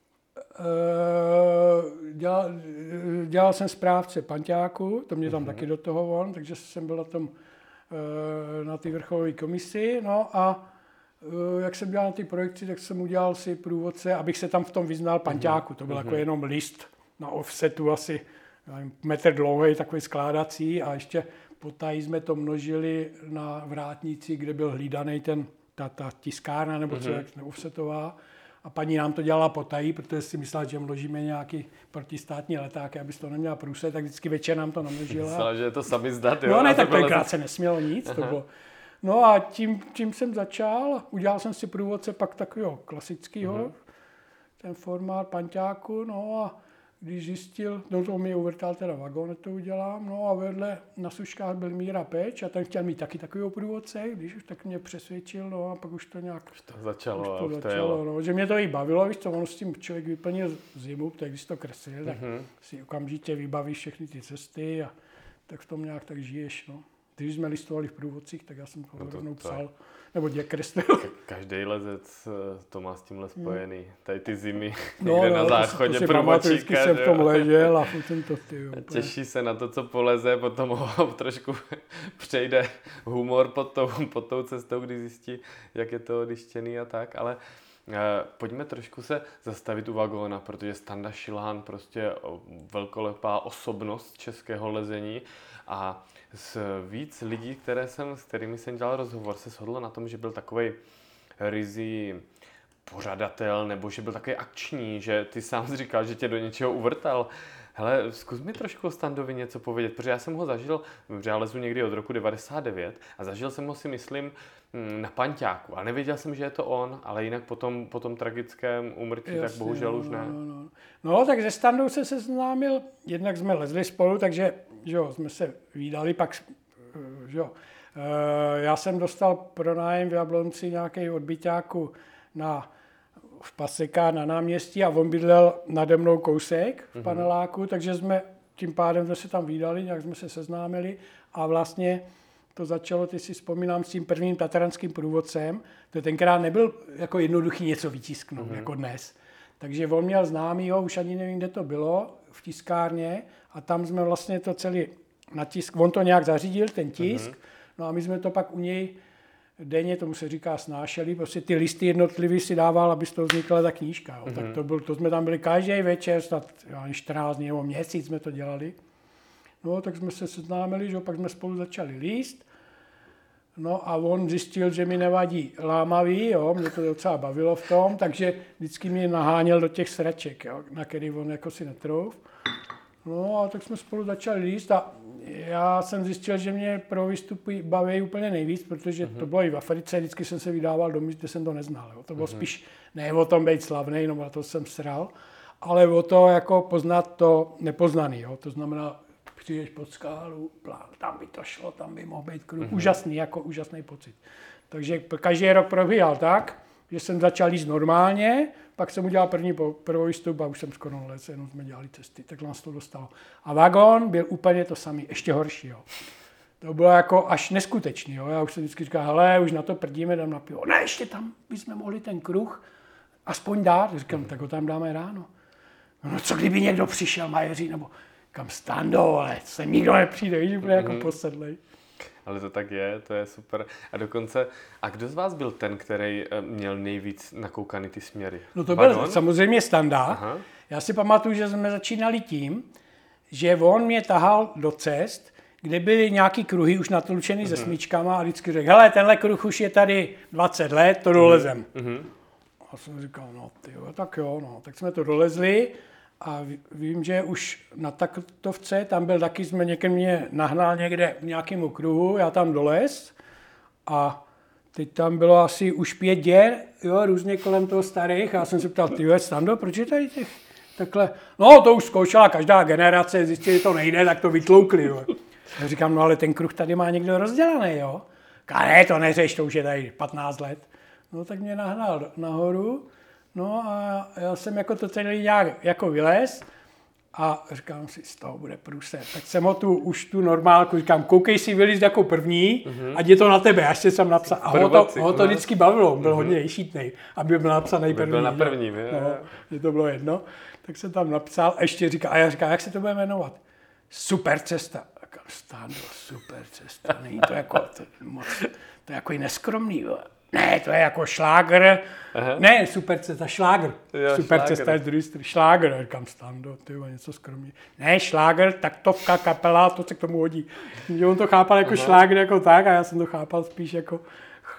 e, dělal, dělal jsem správce panťáku, to mě tam mm-hmm. taky do toho von, takže jsem byl na tom e, na té vrcholové komisi, no a e, jak jsem dělal na ty projekci, tak jsem udělal si průvodce, abych se tam v tom vyznal panťáku, to byl mm-hmm. jako jenom list na offsetu asi nevím, metr dlouhý, takový skládací a ještě potají jsme to množili na vrátnici, kde byl hlídaný ten, ta, ta tiskárna nebo co, mm-hmm. jak neoffsetová. A paní nám to dělala potají, protože si myslela, že mložíme nějaký protistátní letáky, aby to neměla průse, tak vždycky večer nám to namnožila. Myslela, že je to samizdat, jo? No ne, tak to bylo... tenkrát se nesmělo nic, to bylo. No a tím, tím jsem začal, udělal jsem si průvodce pak takového klasického, mm-hmm. ten formát panťáku, no a když zjistil, no to mě uvrtal teda vagón, to udělám, no a vedle na Suškách byl Míra Peč a ten chtěl mít taky takového průvodce, když už tak mě přesvědčil, no a pak už to nějak už to začalo, už to už to začalo no, že mě to i bavilo, víš co, ono s tím člověk vyplnil zimu, tak když to kreslil, mm-hmm. tak si okamžitě vybavíš všechny ty cesty a tak v tom nějak tak žiješ, no. Když jsme listovali v průvodcích, tak já jsem to no to, rovnou to psal, nebo dě kreslil. Každý lezec to má s tímhle spojený. Hmm. Tady ty zimy no, někde no, na záchodě průvodčíka. jsem v tom ležel a jsem to ty. Těší se na to, co poleze, potom ho trošku přejde humor pod tou, pod tou cestou, když zjistí, jak je to odjištěný a tak, ale pojďme trošku se zastavit u vagóna, protože Standa Šilhán prostě velkolepá osobnost českého lezení a z víc lidí, které jsem, s kterými jsem dělal rozhovor, se shodlo na tom, že byl takovej ryzí pořadatel, nebo že byl takový akční, že ty sám jsi říkal, že tě do něčeho uvrtal. Hele, zkus mi trošku o Standovi něco povědět, protože já jsem ho zažil, že já lezu někdy od roku devadesát devět a zažil jsem ho si myslím na panťáku a nevěděl jsem, že je to on, ale jinak po tom, po tom tragickém úmrtí, jasně, tak bohužel no, už ne. No, no. no tak se Standou se seznámil, jednak jsme lezli spolu, takže že jo, jsme se vídali, pak že jo, já jsem dostal pronájem v Jablonci nějaký odbyťáku na v Paseka na náměstí a on bydlel nade mnou kousek v paneláku, mm-hmm. takže jsme tím pádem jsme se tam vídali, nějak jsme se seznámili a vlastně to začalo, ty si vzpomínám, s tím prvním tatranským průvodcem, to tenkrát nebyl jako jednoduchý něco vytisknout, mm-hmm. jako dnes. Takže on měl známýho, už ani nevím, kde to bylo, v tiskárně a tam jsme vlastně to celý natisk, on to nějak zařídil, ten tisk, mm-hmm. no a my jsme to pak u něj denně, tomu se říká, snášeli, prostě ty listy jednotlivý si dával, aby z toho vznikla ta knížka. Jo. Mm-hmm. Tak to, byl, to jsme tam byli každý večer, snad čtrnáct dní nebo měsíc jsme to dělali. No, tak jsme se seznámili, že pak jsme spolu začali líst. No a on zjistil, že mi nevadí lámavý, jo, mě to docela bavilo v tom, takže vždycky mě naháněl do těch sraček, jo, na který on jako si netrouf. No a tak jsme spolu začali líst a já jsem zjistil, že mě pro výstupy baví úplně nejvíc, protože mm-hmm. to bylo i v Africe, vždycky jsem se vydával do míst, kde jsem to neznal. Jo. To bylo mm-hmm. spíš ne o tom být slavnej, no to jsem sral, ale o to jako poznat to nepoznaný. Jo. To znamená, přijdeš pod skálu, plán, tam by to šlo, tam by mohl být kruh. Mm-hmm. Úžasný, jako úžasný pocit. Takže každý rok probíhal tak, že jsem začal jíst normálně, pak jsem udělal první první výstup a už jsem skoro les, jenom jsme dělali cesty, tak nás to dostalo. A vagón byl úplně to samý, ještě horší. Jo. To bylo jako až neskutečný. Jo. Já už jsem vždycky říkal, hele, už na to prdíme, dám na pivo. Ne, ještě tam bychom mohli ten kruh aspoň dát. Říkám, tak ho tam dáme ráno. No co kdyby někdo přišel, majeří, nebo kam Stando, ale sem nikdo nepřijde, víš, úplně mm-hmm. jako posedlej. Ale to tak je, to je super. A dokonce, a kdo z vás byl ten, který měl nejvíc nakoukaný ty směry? No to byl Vagón? Samozřejmě Standa. Aha. Já si pamatuju, že jsme začínali tím, že on mě tahal do cest, kde byly nějaký kruhy už natlučený mm-hmm. se smyčkama a vždycky řekl, hele, tenhle kruh už je tady dvacet let, to dolezem. Mm-hmm. A jsem říkal, no tyjo, tak jo, no. Tak jsme to dolezli. A vím, že už na taktovce, tam byl taky, jsme někde mě nahnal někde v nějakém okruhu, já tam dolez a teď tam bylo asi už pět děr, jo, různě kolem toho starých a já jsem se ptal, ty Stando, proč je tady těch takhle? No, to už zkoušela každá generace, zjistili, že to nejde, tak to vytloukli, jo. Já říkám, no ale ten kruh tady má někdo rozdělaný, jo. A ne, to neřeš, to už je tady patnáct let. No, tak mě nahnal nahoru. No a já jsem jako to celý nějak jako vylez a říkám si, z toho bude průser. Tak jsem ho tu, už tu normálku, říkám, koukej si vylízt jako první, mm-hmm. ať je to na tebe, až jsem napsal. A ho to, ho to vždycky bavilo, byl mm-hmm. hodně ješítnej, aby byl napsaný první. Byl na první, no, no, mě to bylo jedno. Tak jsem tam napsal a ještě říká, a já říkám, jak se to bude jmenovat? Super cesta. Říkám, Stando, super cesta, není to jako, to, moc, to je jako i neskromný, jo. Ne, to je jako šlágr. Aha. Ne, super cesta, šlágr. Jo, super šlágr. Cesta je z druhé strany. Šlágr, říkám, Stando, ty jo, něco skromný. Ne, šlágr, taktovka, kapela, to se k tomu hodí. Že on to chápal jako aha. šlágr, jako tak, a já jsem to chápal spíš jako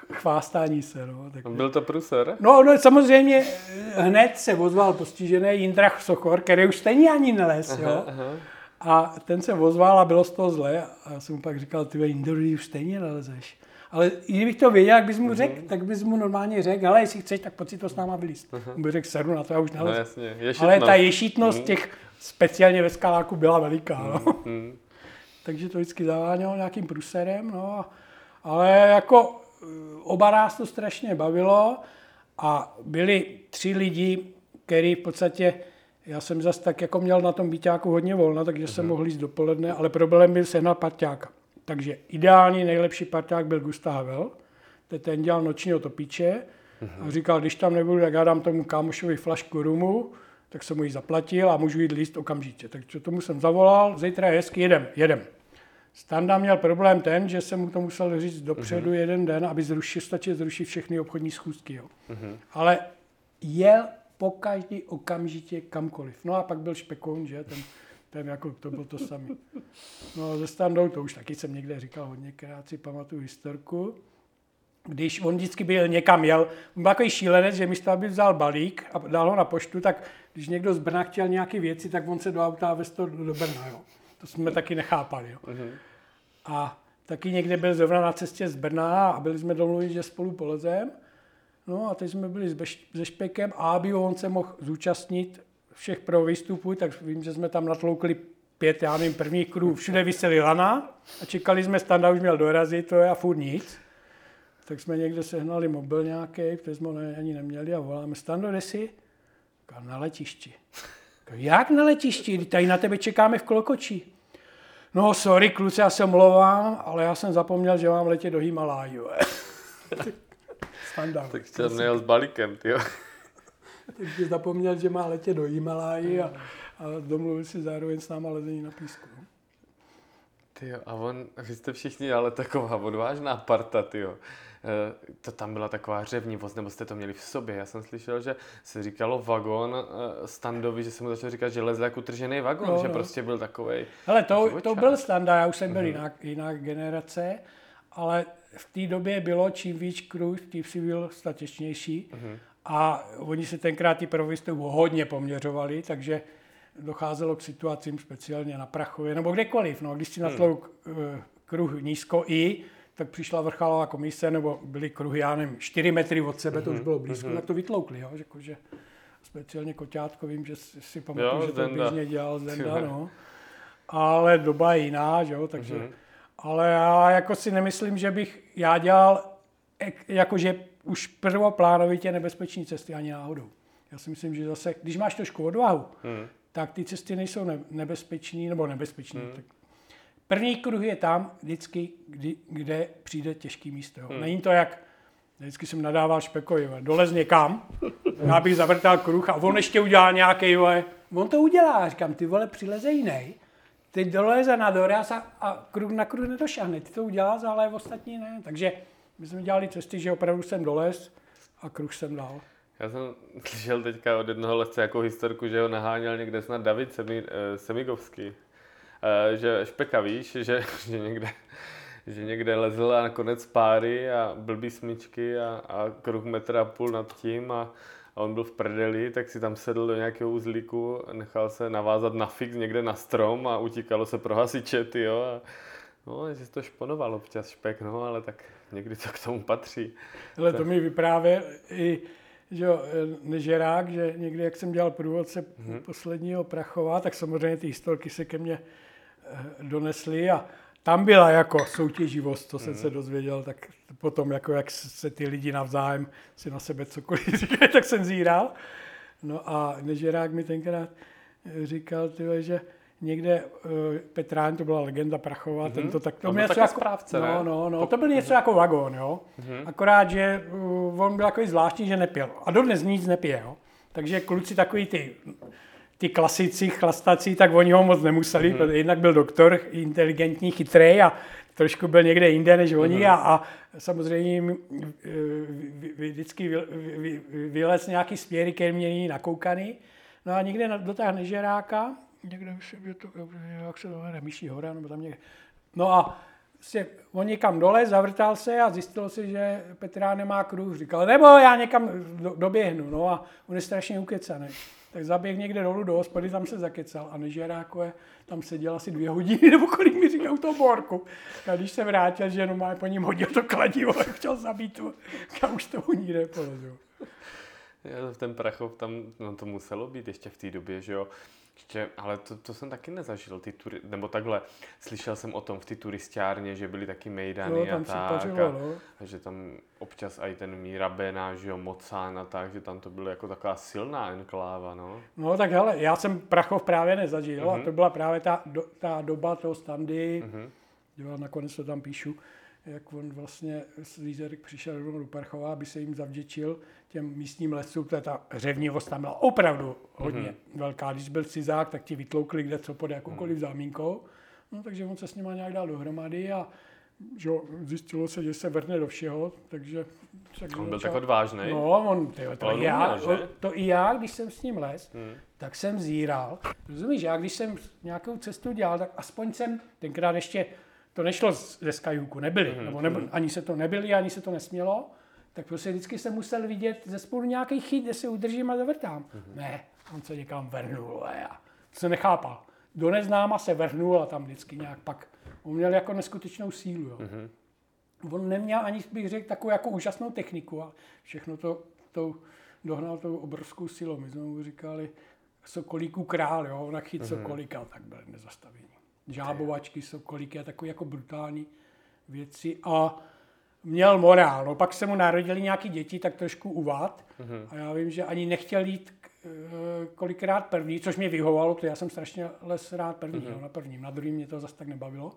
chvástání se. No. Tak, byl to pruser? No, no, samozřejmě hned se ozval postižený Jindřich Sochor, který už stejně ani nelez, jo. Aha, aha. A ten se ozval a bylo z toho zle. A já jsem mu pak říkal, ty Jindro, už stejně nelezeš. Ale i kdybych to věděl, jak bys mu řekl, mm. tak bys mu normálně řekl, ale jestli chceš, tak pojď si to s náma vylíst. On by řekl, seru na to, já už nelezu. No, jasně. Ale ta ješitnost mm. těch, speciálně ve skaláku, byla veliká. Mm. No. Mm. Takže to vždycky zavánělo nějakým pruserem. No. Ale jako oba nás to strašně bavilo a byli tři lidi, který v podstatě, já jsem zase tak jako měl na tom byťáku hodně volna, takže mm. jsem mohl jít dopoledne, ale problém byl sehnat parťáka. Takže ideální nejlepší parťák byl Gustav Havel, ten dělal nočního topiče a říkal, když tam nebudu, tak já dám tomu kámošovi flašku rumu, tak jsem mu ji zaplatil a můžu jít líst okamžitě. Takže tomu jsem zavolal, zítra je hezky, jedem, jedem. Standa měl problém ten, že jsem mu to musel říct dopředu uh-huh. jeden den, aby zrušil, stačil zrušit všechny obchodní schůzky. Jo. Uh-huh. Ale jel po každý okamžitě kamkoliv. No a pak byl Špekoun, že ten, ten jako to bylo to samé. No se Standou, to už taky jsem někde říkal hodněkrát, si pamatuju historku. Když on vždycky byl někam jel, on byl takový šílenec, že místo aby vzal balík a dal ho na poštu, tak když někdo z Brna chtěl nějaké věci, tak on se do auta vez to do Brna. Jo. To jsme taky nechápali. Jo. Uh-huh. A taky někde byl zrovna na cestě z Brna a byli jsme domluvili, že spolu polezem. No a teď jsme byli se Špekem a aby on se mohl zúčastnit všech pro výstupů, tak vím, že jsme tam natloukli pět, já nevím, prvních kruhů. Všude visely lana a čekali jsme, Standa už měl dorazit, to je a furt nic. Tak jsme někde sehnali mobil nějaký, protože jsme ho ani neměli a voláme, Stando, kde jsi? Na letišti. Jak na letišti? Tady na tebe čekáme v Klokočí. No sorry, kluci, já se omlouvám, ale já jsem zapomněl, že mám letět do Himaláju. Standa. Tak jsi tam nejel s balíkem, tyjo. Takže zapomněl, že má letět do Himaláji a, a domluvil si zároveň s náma lezení na písku. Tyjo, a on, vy jste všichni ale taková odvážná parta, tyjo. E, to tam byla taková řevnivost, nebo jste to měli v sobě. Já jsem slyšel, že se říkalo vagon e, Standovi, že se mu začal říkat, že lezl jako utržený vagon, no, že no. prostě byl takovej. Hele, to, to byl Standa, já už jsem byl uh-huh. jiná, jiná generace, ale v té době bylo, čím víc kruh, tím si byl statečnější. Uh-huh. A oni se tenkrát ty provisty hodně poměřovali, takže docházelo k situacím speciálně na Prachově, nebo kdekoliv. No, když si natlouk hmm. kruh nízko i, tak přišla vrchalová komise, nebo byly kruhy, já nevím, čtyři metry od sebe, to už bylo blízko, hmm. tak to vytloukli. Jo? Že, že speciálně Koťátko, vím, že si pamatuju, že to běžně dělal Zdenda, no. Ale doba je jiná, že jo, takže... Hmm. Ale já jako si nemyslím, že bych já dělal jakože už prvoplánovitě nebezpečné cesty ani náhodou. Já si myslím, že zase, když máš trošku odvahu, hmm. tak ty cesty nejsou nebezpečný, nebo nebezpečný. Hmm. Tak první kruh je tam vždycky, kdy, kde přijde těžký místo. Jo. Hmm. Není to jak, vždycky jsem nadával Špekovi, dolez někam, já bych zavrtal kruh a on ještě udělal nějaký, on to udělá, říkám, ty vole, přileze jiný, teď doleze na doraz a, a kruh na kruh nedošahne, ty to udělá, ale ostatní ne. Takže my jsme dělali cesty, že opravdu jsem dolez a kruh jsem dal. Já jsem slyšel teďka od jednoho lezce jako historku, že ho naháněl někde snad David Semi, eh, Semigovský. Eh, že Špeka, víš, že, že, někde, že někde lezl a nakonec páry a blbý smyčky a, a kruh metra a půl nad tím a, a on byl v prdeli, tak si tam sedl do nějakého uzlíku, nechal se navázat na fix někde na strom a utíkalo se pro hasiče, tyjo. A, no, že to šponoval občas Špek, no, ale tak někdy to k tomu patří. Ale to mi vyprávěl i že Nežerák, že někdy, jak jsem dělal průvodce hmm. posledního Prachova, tak samozřejmě ty historky se ke mně donesly a tam byla jako soutěživost, co jsem hmm. se dozvěděl, tak potom, jako jak se ty lidi navzájem si na sebe cokoliv říkají, tak jsem zíral. No a Nežerák mi tenkrát říkal, tyhle, že někde uh, Petrán, to byla legenda Prachova, mm-hmm. tento tak to byl něco jako správce, no, no, no, to byl něco jako vagon, jo. Mm-hmm. Akorát, že uh, on byl takový zvláštní, že nepil. A dodnes nic nepije, jo. Takže kluci takový ty, ty klasici, chlastací, tak oni ho moc nemuseli, mm-hmm. protože jednak byl doktor, inteligentní, chytrý a trošku byl někde jinde než oni mm-hmm. a, a samozřejmě vždycky vy, vy, vy, vylez nějaký směry, který měli nakoukaný. No a někde dotáhne Nežeráka, někde, je to, jak se to jmenuje, Myší hora, nebo tam někde. No a prostě on někam dole, zavrtal se a zjistilo se, že Petrá nemá kruh. Říkal, nebo já někam do, doběhnu, no a on je strašně ukecaný. Tak zaběh někde dolů do hospody, tam se zakecal a nežerákové, tam seděl asi dvě hodiny, nebo kolik mi říkal u toho borku. A když se vrátil, že jenom má po ním hodil to kladivo a chtěl zabít tu, a už to u ní nepoložil. Já ten Prachov tam, no to muselo být ještě v té době, že jo. Ještě, ale to, to jsem taky nezažil, ty turi, nebo takhle, slyšel jsem o tom v ty turistárně, že byly taky mejdany no, tam a tak, pařilo, a, no. a že tam občas i ten Míra Bena, že jo, Mocán a tak, že tam to bylo jako taková silná enkláva, no. No tak hele, já jsem Prachov právě nezažil uh-huh. a to byla právě ta, do, ta doba toho Standy, uh-huh. jo, nakonec to tam píšu, jak on vlastně z Lízerek přišel rovnou do Prachova, aby se jim zavděčil těm místním lesům, to je ta řevnivost tam byla opravdu hodně mm-hmm. velká. Když byl cizák, tak ti vytloukli kde co pod jakoukoliv zámínkou. No, takže on se s nima nějak dal dohromady a že zjistilo se, že se vrne do všeho, takže... On byl tak odvážný. No, on, tyjo, to, on já, uměl, to, to i já, když jsem s ním les, hmm. tak jsem zíral. Rozumíš, já když jsem nějakou cestu dělal, tak aspoň jsem, tenkrát ještě, to nešlo ze Skyhooku, nebyli, hmm. nebo, nebo ani se to nebyli, ani se to nesmělo, tak prostě vždycky jsem musel vidět ze spolu nějaký chyt, kde se udržím a zavrtám. Mm-hmm. Ne, on se někam vrhnul a já to jsem nechápal. Do neznáma se vrhnul a tam vždycky nějak pak, on měl jako neskutečnou sílu. Jo. Mm-hmm. On neměl ani, bych řekl, takovou jako úžasnou techniku a všechno to, to dohnal tou obrovskou silou. My jsme mu říkali sokolíku král, jo, na chyt mm-hmm. sokolíka, tak byl nezastavení. Žábovačky, sokolíky a takové jako brutální věci a měl morál. No, pak se mu narodili nějaký děti, tak trošku uvad. Mm-hmm. A já vím, že ani nechtěl jít kolikrát první, což mě vyhovovalo, protože já jsem strašně les rád první, mm-hmm. no, na prvním. Na druhým mě to zase tak nebavilo.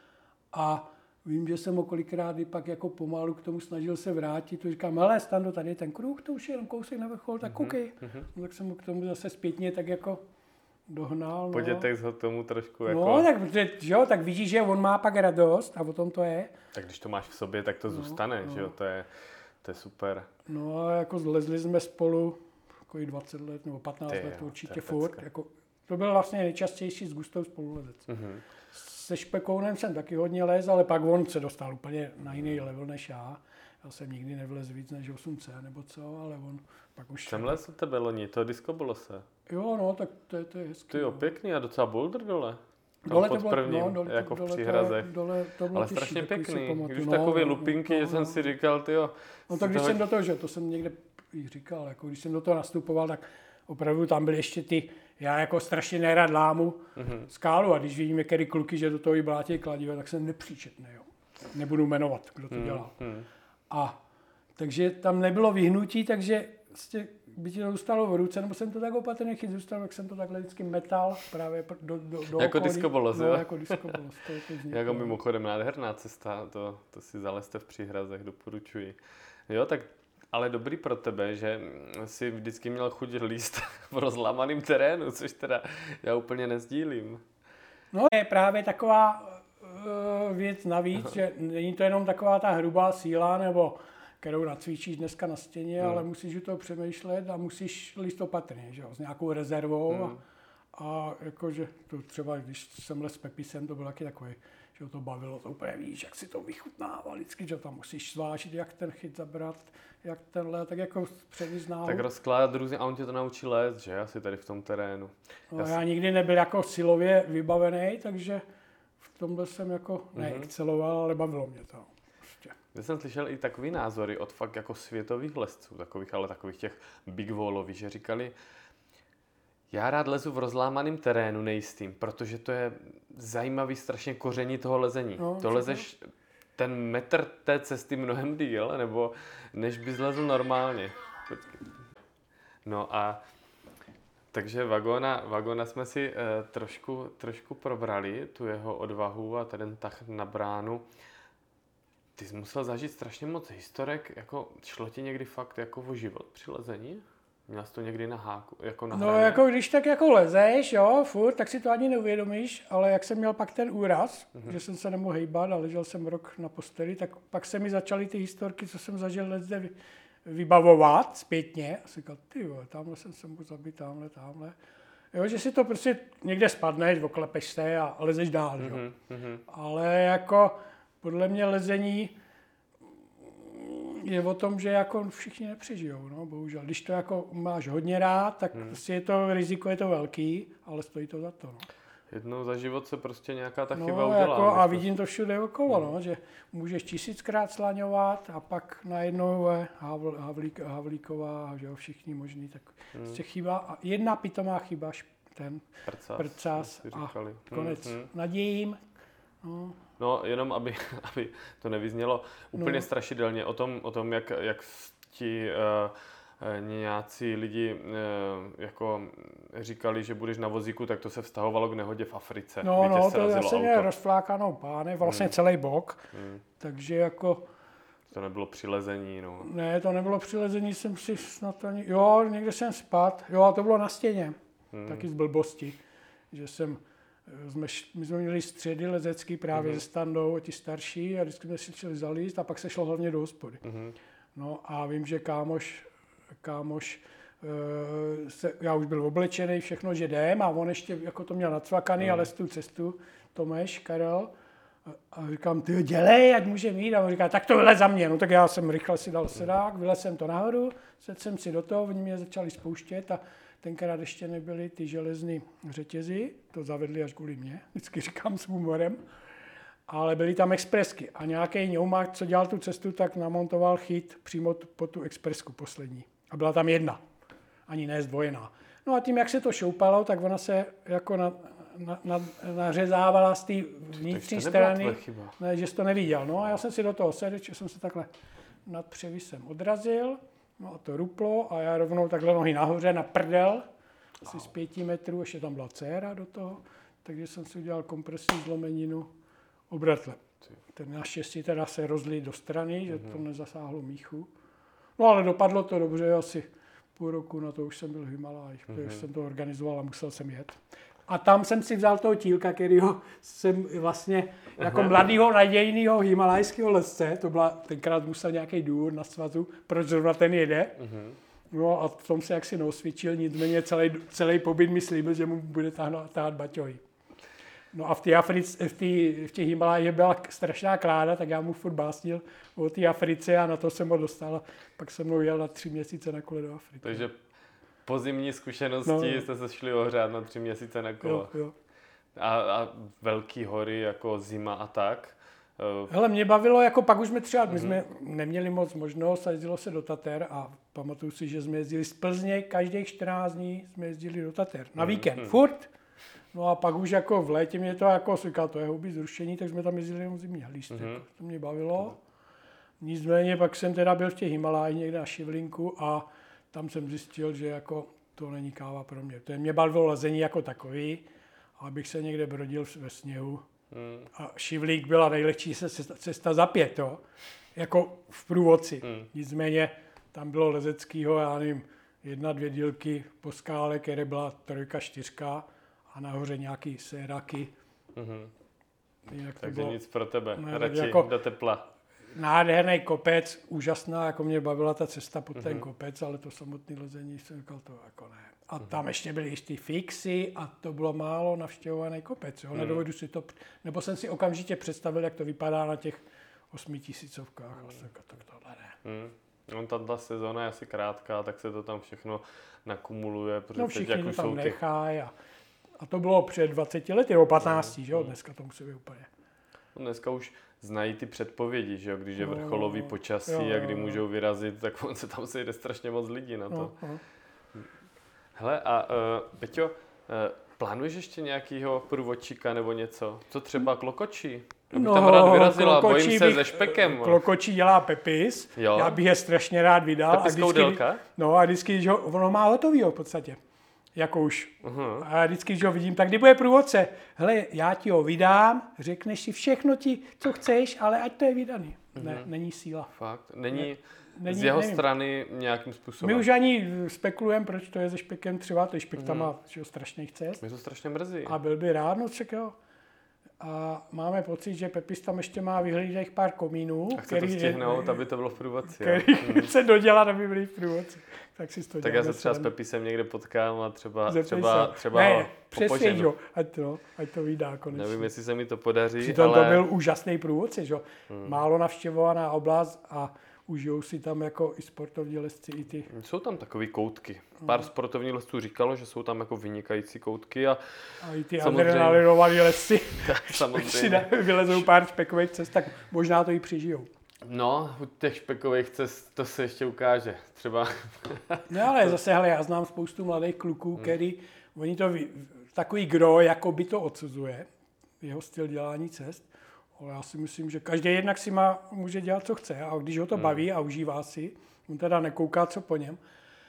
A vím, že jsem ho kolikrát i pak jako pomalu k tomu snažil se vrátit. To říkám, hele, Stando, tady je ten kruh, to už je jenom kousek na vrchol, tak mm-hmm. koukej. Mm-hmm. No, tak jsem ho k tomu zase zpětně tak jako dohnal. Po dětech ho tomu trošku jako... No, tak, že jo, tak vidíš, že on má pak radost a o tom to je. Tak když to máš v sobě, tak to no, zůstane, no. že jo, to je, to je super. No a jako zlezli jsme spolu jako i dvacet let nebo patnáct Ty, let jo, určitě to furt. Jako, to byl vlastně nejčastější s Gustou spolulezec. Mm-hmm. Se Špekounem jsem taky hodně lez, ale pak on se dostal úplně na jiný level než já. Já jsem nikdy nevlez víc než osm cé nebo co, ale on pak už... Jsem les u tebe loni, to disco bylo se. Jo, no, tak to je, to je hezký. Ty jo, pěkný a docela boulder dole. Tam dole pod to bylo, prvním, no, dole, jako dole, v Příhrazech. Dole, to bylo ale těžší, strašně pěkný, když no, takové no, lupinky, no, že no, jsem si říkal, tyjo. No tak když toho... jsem do toho, že to jsem někde říkal, jako když jsem do toho nastupoval, tak opravdu tam byly ještě ty, já jako strašně nerad lámu mm-hmm. skálu a když vidím některé kluky, že do toho i blátějí kladiva, tak jsem nepříčetný, jo. Nebudu jmenovat, kdo to dělal. Mm-hmm. A takže tam nebylo vyhnutí, takže vlastně, by ti to zůstalo v ruce, nebo jsem to tak opatrně chyt zůstal, tak jsem to takhle vždycky metal právě do, do, do jako okolí. diskobolos, no, jo? jako diskobolos. To, to jako mimochodem nádherná cesta, to, to si zalezte v Příhrazech, doporučuji. Jo, tak ale dobrý pro tebe, že si vždycky měl chuť líst v rozlámaném terénu, což teda já úplně nezdílím. No je právě taková uh, věc navíc, Aha. že není to jenom taková ta hrubá síla, nebo kterou nacvičíš dneska na stěně, hmm. ale musíš u toho přemýšlet a musíš líst opatrně, že jo, s nějakou rezervou. Hmm. A, a jakože to třeba, když jsem les s Pepisem, to bylo taky takový, že to bavilo, to úplně víš, jak si to vychutnává vždycky, že tam musíš zvážit, jak ten chyt zabrat, jak tenhle, tak jako převyznávat. Tak rozkládat různě a on tě to naučí lézt, že? Asi tady v tom terénu. No, já, já nikdy nebyl jako silově vybavený, takže v tomhle jsem jako mm-hmm. neexceloval, ale bavilo mě to. Prostě. Já jsem slyšel i takový názory od fakt jako světových lesců, takových, ale takových těch big wallových, že říkali, já rád lezu v rozlámaném terénu nejistým, protože to je zajímavý strašně koření toho lezení. No, to lezeš ten metr té cesty mnohem díl, nebo než bys lezl normálně. No a takže Vagóna, Vagóna jsme si eh, trošku, trošku probrali, tu jeho odvahu a ten tah na bránu. Ty jsi musel zažít strašně moc historek, jako šlo ti někdy fakt jako o život při lezení? Měl jsi to někdy na háku, jako na hraně? No jako když tak jako lezeš, jo, furt, tak si to ani neuvědomíš, ale jak jsem měl pak ten úraz, mm-hmm. že jsem se nemohl hejbat a ležel jsem rok na posteli, tak pak se mi začaly ty historky, co jsem zažil let zde vybavovat zpětně. A jsem říkal, ty vole, tamhle jsem se mohl zabít, tamhle, tamhle. Jo, že si to prostě někde spadneš, oklepeš se a lezeš dál, mm-hmm. jo. Ale jako podle mě lezení je o tom, že jako všichni nepřežijou, no, bohužel. Když to jako máš hodně rád, tak hmm. je to riziko je to velký, ale stojí to za to. No. Jednou za život se prostě nějaká ta no, chyba udělá. Jako, a vidím to všude okolo, hmm. no, že můžeš tisíckrát slaňovat a pak najednou je havl, havlík, havlíková, že jo, všichni možný. Tak hmm. z chyba, a jedna pitomá chyba, ten prcás, prcás a konec. Hmm. Nadějím. No. No, jenom aby, aby to nevyznělo úplně no. strašidelně o tom, o tom jak, jak ti uh, nějací lidi uh, jako říkali, že budeš na vozíku, tak to se vztahovalo k nehodě v Africe. No, no, to já jsem měl rozflákanou pány, vlastně hmm. celý bok, hmm. takže jako... To nebylo přilezení, no. Ne, to nebylo přilezení, jsem si snad ani... Jo, někde jsem spad, jo, a to bylo na stěně, hmm. taky z blbosti, že jsem... Jsme, my jsme měli středy lezecký právě mm-hmm. se Standou, ti starší, a vždycky jsme si šli zalíst a pak se šlo hlavně do hospody. Mm-hmm. No a vím, že kámoš, kámoš e, se, já už byl oblečený, všechno, že jdem, a on ještě jako to měl nacvakaný, mm. ale z tu cestu, Tomeš, Karel, a, a říkám, ty dělej, ať můžeme jít, a on říká, tak to vylez za mě. No tak já jsem rychle si dal sedák, vylez jsem to nahoru, sedl jsem si do toho, oni mě začali spouštět a tenkrát ještě nebyly ty železné řetězy, to zavedli až kvůli mě, vždycky říkám s humorem, ale byly tam expresky a nějaký ňoumák, co dělal tu cestu, tak namontoval chyt přímo po tu expresku poslední. A byla tam jedna, ani ne zdvojená. No a tím, jak se to šoupalo, tak ona se jako na, na, na, nařezávala z té vnitřní strany, ne, že jsi to neviděl. No a já jsem si do toho sedl, že jsem se takhle nad převisem odrazil. No a to ruplo a já rovnou takhle nohy nahoře na prdel, asi z pěti metrů, ještě tam byla dcéra do toho, takže jsem si udělal kompresní zlomeninu obratle. Ten naštěstí teda se rozlil do strany, že to nezasáhlo míchu. No ale dopadlo to dobře, asi půl roku na to už jsem byl v Himalájích, protože mm-hmm. jsem to organizoval a musel jsem jet. A tam jsem si vzal toho Tílka, kterýho jsem vlastně jako mladýho nadějného himalajského lezce, to byla, tenkrát musel nějaký důvod na svazu, proč zrovna ten jede. Uh-huh. No a v tom se jaksi neosvědčil, nicméně celý, celý pobyt mi slíbil, že mu bude táhnout, táhat baťohy. No a v té Africe, v, tý, v těch Himalájích byla strašná kláda, tak já mu furt básnil o té Africe a na to jsem ho dostal. Pak jsem mnou jel na tři měsíce na kole do Afriky. Takže po zimní zkušenosti no, jste se šli ohřát na tři měsíce na kolo. Jo, jo. A, a velký hory, jako zima a tak? Hele, mě bavilo, jako pak už jsme třeba, mm-hmm. my jsme neměli moc možnost, a jezdilo se do Tater a pamatuju si, že jsme jezdili z Plzně, každých čtrnáct dní jsme jezdili do Tater. Na víkend, mm-hmm. furt. No a pak už jako v létě mě to jako říkal, to je hubý zrušení, tak jsme tam jezdili jenom zimní hlístek. Mm-hmm. To mě bavilo. Nicméně pak jsem teda byl v těch Himalájích někde na Šivlinku a tam jsem zjistil, že jako to není káva pro mě. To je mě bavilo lezení jako takový, abych se někde brodil ve sněhu. Hmm. A Šivlík byla nejlehčí cesta, cesta za pět, jo? Jako v průvodci. Hmm. Nicméně tam bylo lezeckýho, já nevím, jedna, dvě dílky po skále, které byla trojka, čtyřka a nahoře nějaký séraky. Hmm. Takže bylo, nic pro tebe, ne, radši jako do tepla. Nádherný kopec, úžasná, jako mě bavila ta cesta pod ten mm-hmm. kopec, ale to samotné lezení jsem říkal, to jako ne. A mm-hmm. tam ještě byly jistý fixy a to bylo málo navštěvovaný kopec, jo. Mm. Nedovedu si to, nebo jsem si okamžitě představil, jak to vypadá na těch osmitisícovkách. Mm. Tak, tak tohle ne. Mm. No, ta, ta sezóna je asi krátká, tak se to tam všechno nakumuluje. No všichni jak to tam nechají a, a to bylo před dvaceti lety, nebo patnácti, mm. že jo, dneska to musí být úplně. No, dneska už znají ty předpovědi, že jo, když je vrcholový počasí jo, jo, jo. a kdy můžou vyrazit, tak on se tam sejde strašně moc lidí na to. No, no. Hele, a uh, Peťo, uh, plánuješ ještě nějakýho průvodčíka nebo něco? Co třeba Klokočí? Já bych no, tam rád vyrazila, bojím se se špekem. Klokočí dělá Pepis, jo. Já bych je strašně rád vydal. Pepis Koudelka? No a vždycky, když ho, ono má hotovýho v podstatě. Jako už. Uh-huh. A vždycky, když ho vidím, tak kdy bude průvodce? Hele, já ti ho vydám, řekneš si všechno ti, co chceš, ale ať to je vydaný. Uh-huh. Ne, není síla. Fakt? Není, ne, z jeho nevím. strany nějakým způsobem? My už ani spekulujeme, proč to je se špekem třeba, to špek uh-huh. tam má strašný chces. Mě to strašně mrzí. A byl by rád, no ček jo. a máme pocit, že Pepis tam ještě má vyhlídek pár komínů, a chce to stihnout, aby to bylo v průvodci. Který hmm. se dodělat, aby byli v průvodci. Tak si to Tak já se třeba s Pepisem někde potkám a třeba, třeba, třeba ne, ho přesvědč ho, ať to, ať to vydá konečně. Nevím, jestli se mi to podaří, Přitom ale... to byl úžasný průvodce, že? Hmm. Málo navštěvovaná oblast a užijou si tam jako i sportovní lesci, i ty. Jsou tam takový koutky. Pár sportovních lesců říkalo, že jsou tam jako vynikající koutky a... A i ty adrenalinovaný lesci. Samozřejmě. Si vylezou pár špekových cest, tak možná to i přežijou. No, u těch špekových cest to se ještě ukáže. Třeba... No ale zase, hele, já znám spoustu mladých kluků, hmm. který, oni to, takový gro, jako by to odsuzuje, jeho styl dělání cest. Ale já si myslím, že každý jednak si má, může dělat, co chce. A když ho to baví a užívá si, on teda nekouká, co po něm.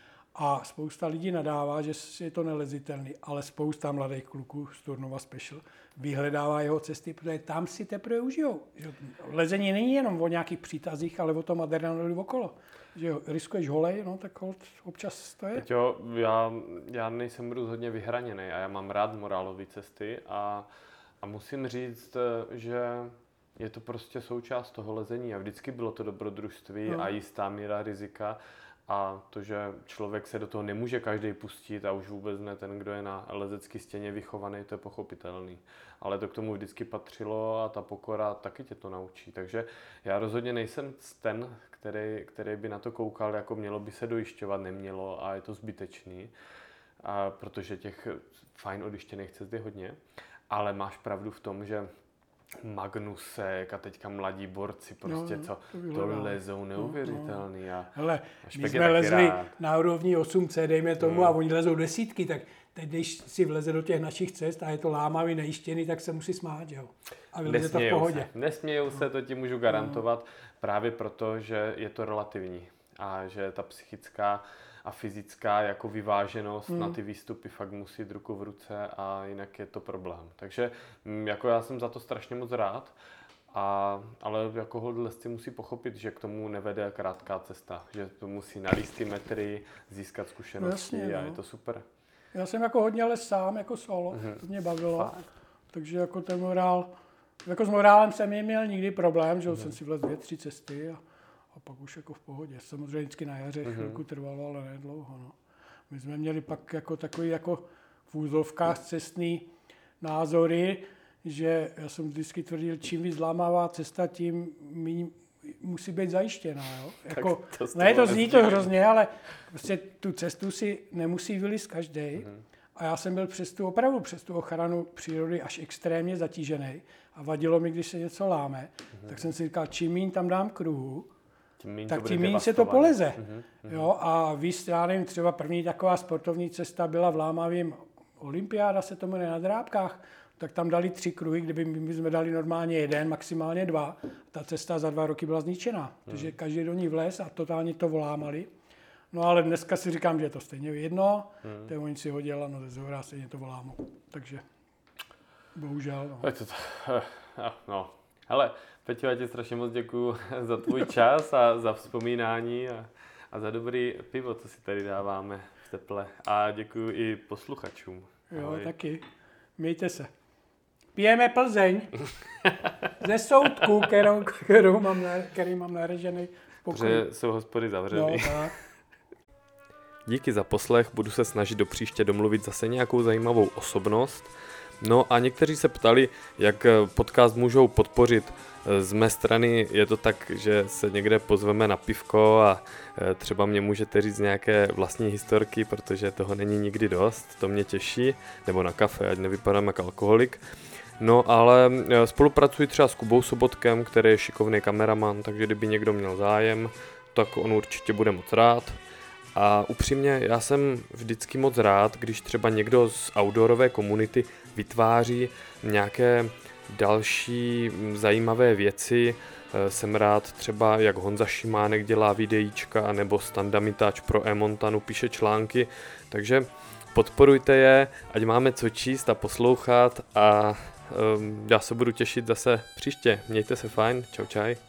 A spousta lidí nadává, že je to nelezitelný, ale spousta mladých kluků z Turnova Special vyhledává jeho cesty, protože tam si teprve užijou. Lezení není jenom o nějakých přítazích, ale o tom adrenalinu okolo. Že riskuješ holej, no tak občas to je. Jo, já, já nejsem rozhodně vyhraněný a já mám rád morálové cesty a A musím říct, že je to prostě součást toho lezení a vždycky bylo to dobrodružství no. a jistá míra rizika a to, že člověk se do toho nemůže každý pustit a už vůbec ne ten, kdo je na lezecké stěně vychovaný, to je pochopitelný. Ale to k tomu vždycky patřilo a ta pokora taky tě to naučí. Takže já rozhodně nejsem ten, který, který by na to koukal, jako mělo by se dojišťovat, nemělo a je to zbytečný, a protože těch fajn odyštěných cest je hodně. Ale máš pravdu v tom, že Magnusek a teďka mladí borci prostě, no, co to, to lezou neuvěřitelný. No, no. A, hele, my jsme lezli rád. Na úrovni osm C, dejme tomu, hmm. a oni lezou desítky, tak teď, když si vleze do těch našich cest a je to lámavý, nejištěný, tak se musí smát, jo. A vyleze to v pohodě. Se. Nesmějou se, to ti můžu garantovat, no. právě proto, že je to relativní a že ta psychická a fyzická jako vyváženost mm. na ty výstupy fakt musí jít ruku v ruce a jinak je to problém. Takže jako já jsem za to strašně moc rád, a, ale jako hodlesci musí pochopit, že k tomu nevede krátká cesta, že to musí nalíst ty metry, získat zkušenosti no jasně, a no. je to super. Já jsem jako hodně les sám, jako solo, mm-hmm. to mě bavilo, Fakt. takže jako ten morál, jako s morálem jsem neměl nikdy problém, že mm-hmm. jsem si vlez dvě, tři cesty a A pak už jako v pohodě. Samozřejmě vždycky na jaře mm-hmm. chvilku trvalo, ale ne dlouho. No. My jsme měli pak jako takový jako v úzovkách cestný názory, že já jsem vždycky tvrdil, čím víc zlámavá cesta, tím méně musí být zajištěná. Jo? Jako, to ne, to zní to hrozně, ale prostě tu cestu si nemusí vylízt každý. Mm-hmm. A já jsem byl přes tu opravdu, přes tu ochranu přírody až extrémně zatížený. A vadilo mi, když se něco láme, mm-hmm. tak jsem si říkal, čím méně tam dám kruhu, tím tak tím méně se to poleze. Mm-hmm. Jo, a víc, já nevím, třeba první taková sportovní cesta byla v Lámavém olympiáda, se tomu jmenuje na Drábkách, tak tam dali tři kruhy, kdyby my jsme dali normálně jeden, maximálně dva. Ta cesta za dva roky byla zničená, mm. protože každý do ní vlez a totálně to volámali. No ale dneska si říkám, že je to stejně jedno, mm. to oni si hodila, no ze zhora stejně to volámou. Takže bohužel. No. Je to to, no. Hele, Peťo, já ti strašně moc děkuju za tvůj čas a za vzpomínání a, a za dobrý pivo, co si tady dáváme v teple. A děkuju i posluchačům. Jo, Ahoj. Taky. Mějte se. Pijeme Plzeň ze soudku, kterou, kterou mám, který mám narežený v pokoji. Protože jsou hospody zavřený. No, tak. Díky za poslech, budu se snažit do příště domluvit zase nějakou zajímavou osobnost. No a někteří se ptali, jak podcast můžou podpořit. Z mé strany je to tak, že se někde pozveme na pivko a třeba mě můžete říct nějaké vlastní historky, protože toho není nikdy dost, to mě těší, nebo na kafe, ať nevypadám jako alkoholik. No ale spolupracuji třeba s Kubou Sobotkem, který je šikovný kameraman, takže kdyby někdo měl zájem, tak on určitě bude moc rád. A upřímně, já jsem vždycky moc rád, když třeba někdo z outdoorové komunity vytváří nějaké další zajímavé věci. Jsem rád třeba, jak Honza Šimánek dělá videíčka, nebo Standa Mitáč pro E-Montanu píše články. Takže podporujte je, ať máme co číst a poslouchat a um, já se budu těšit zase příště. Mějte se fajn, čau čaj.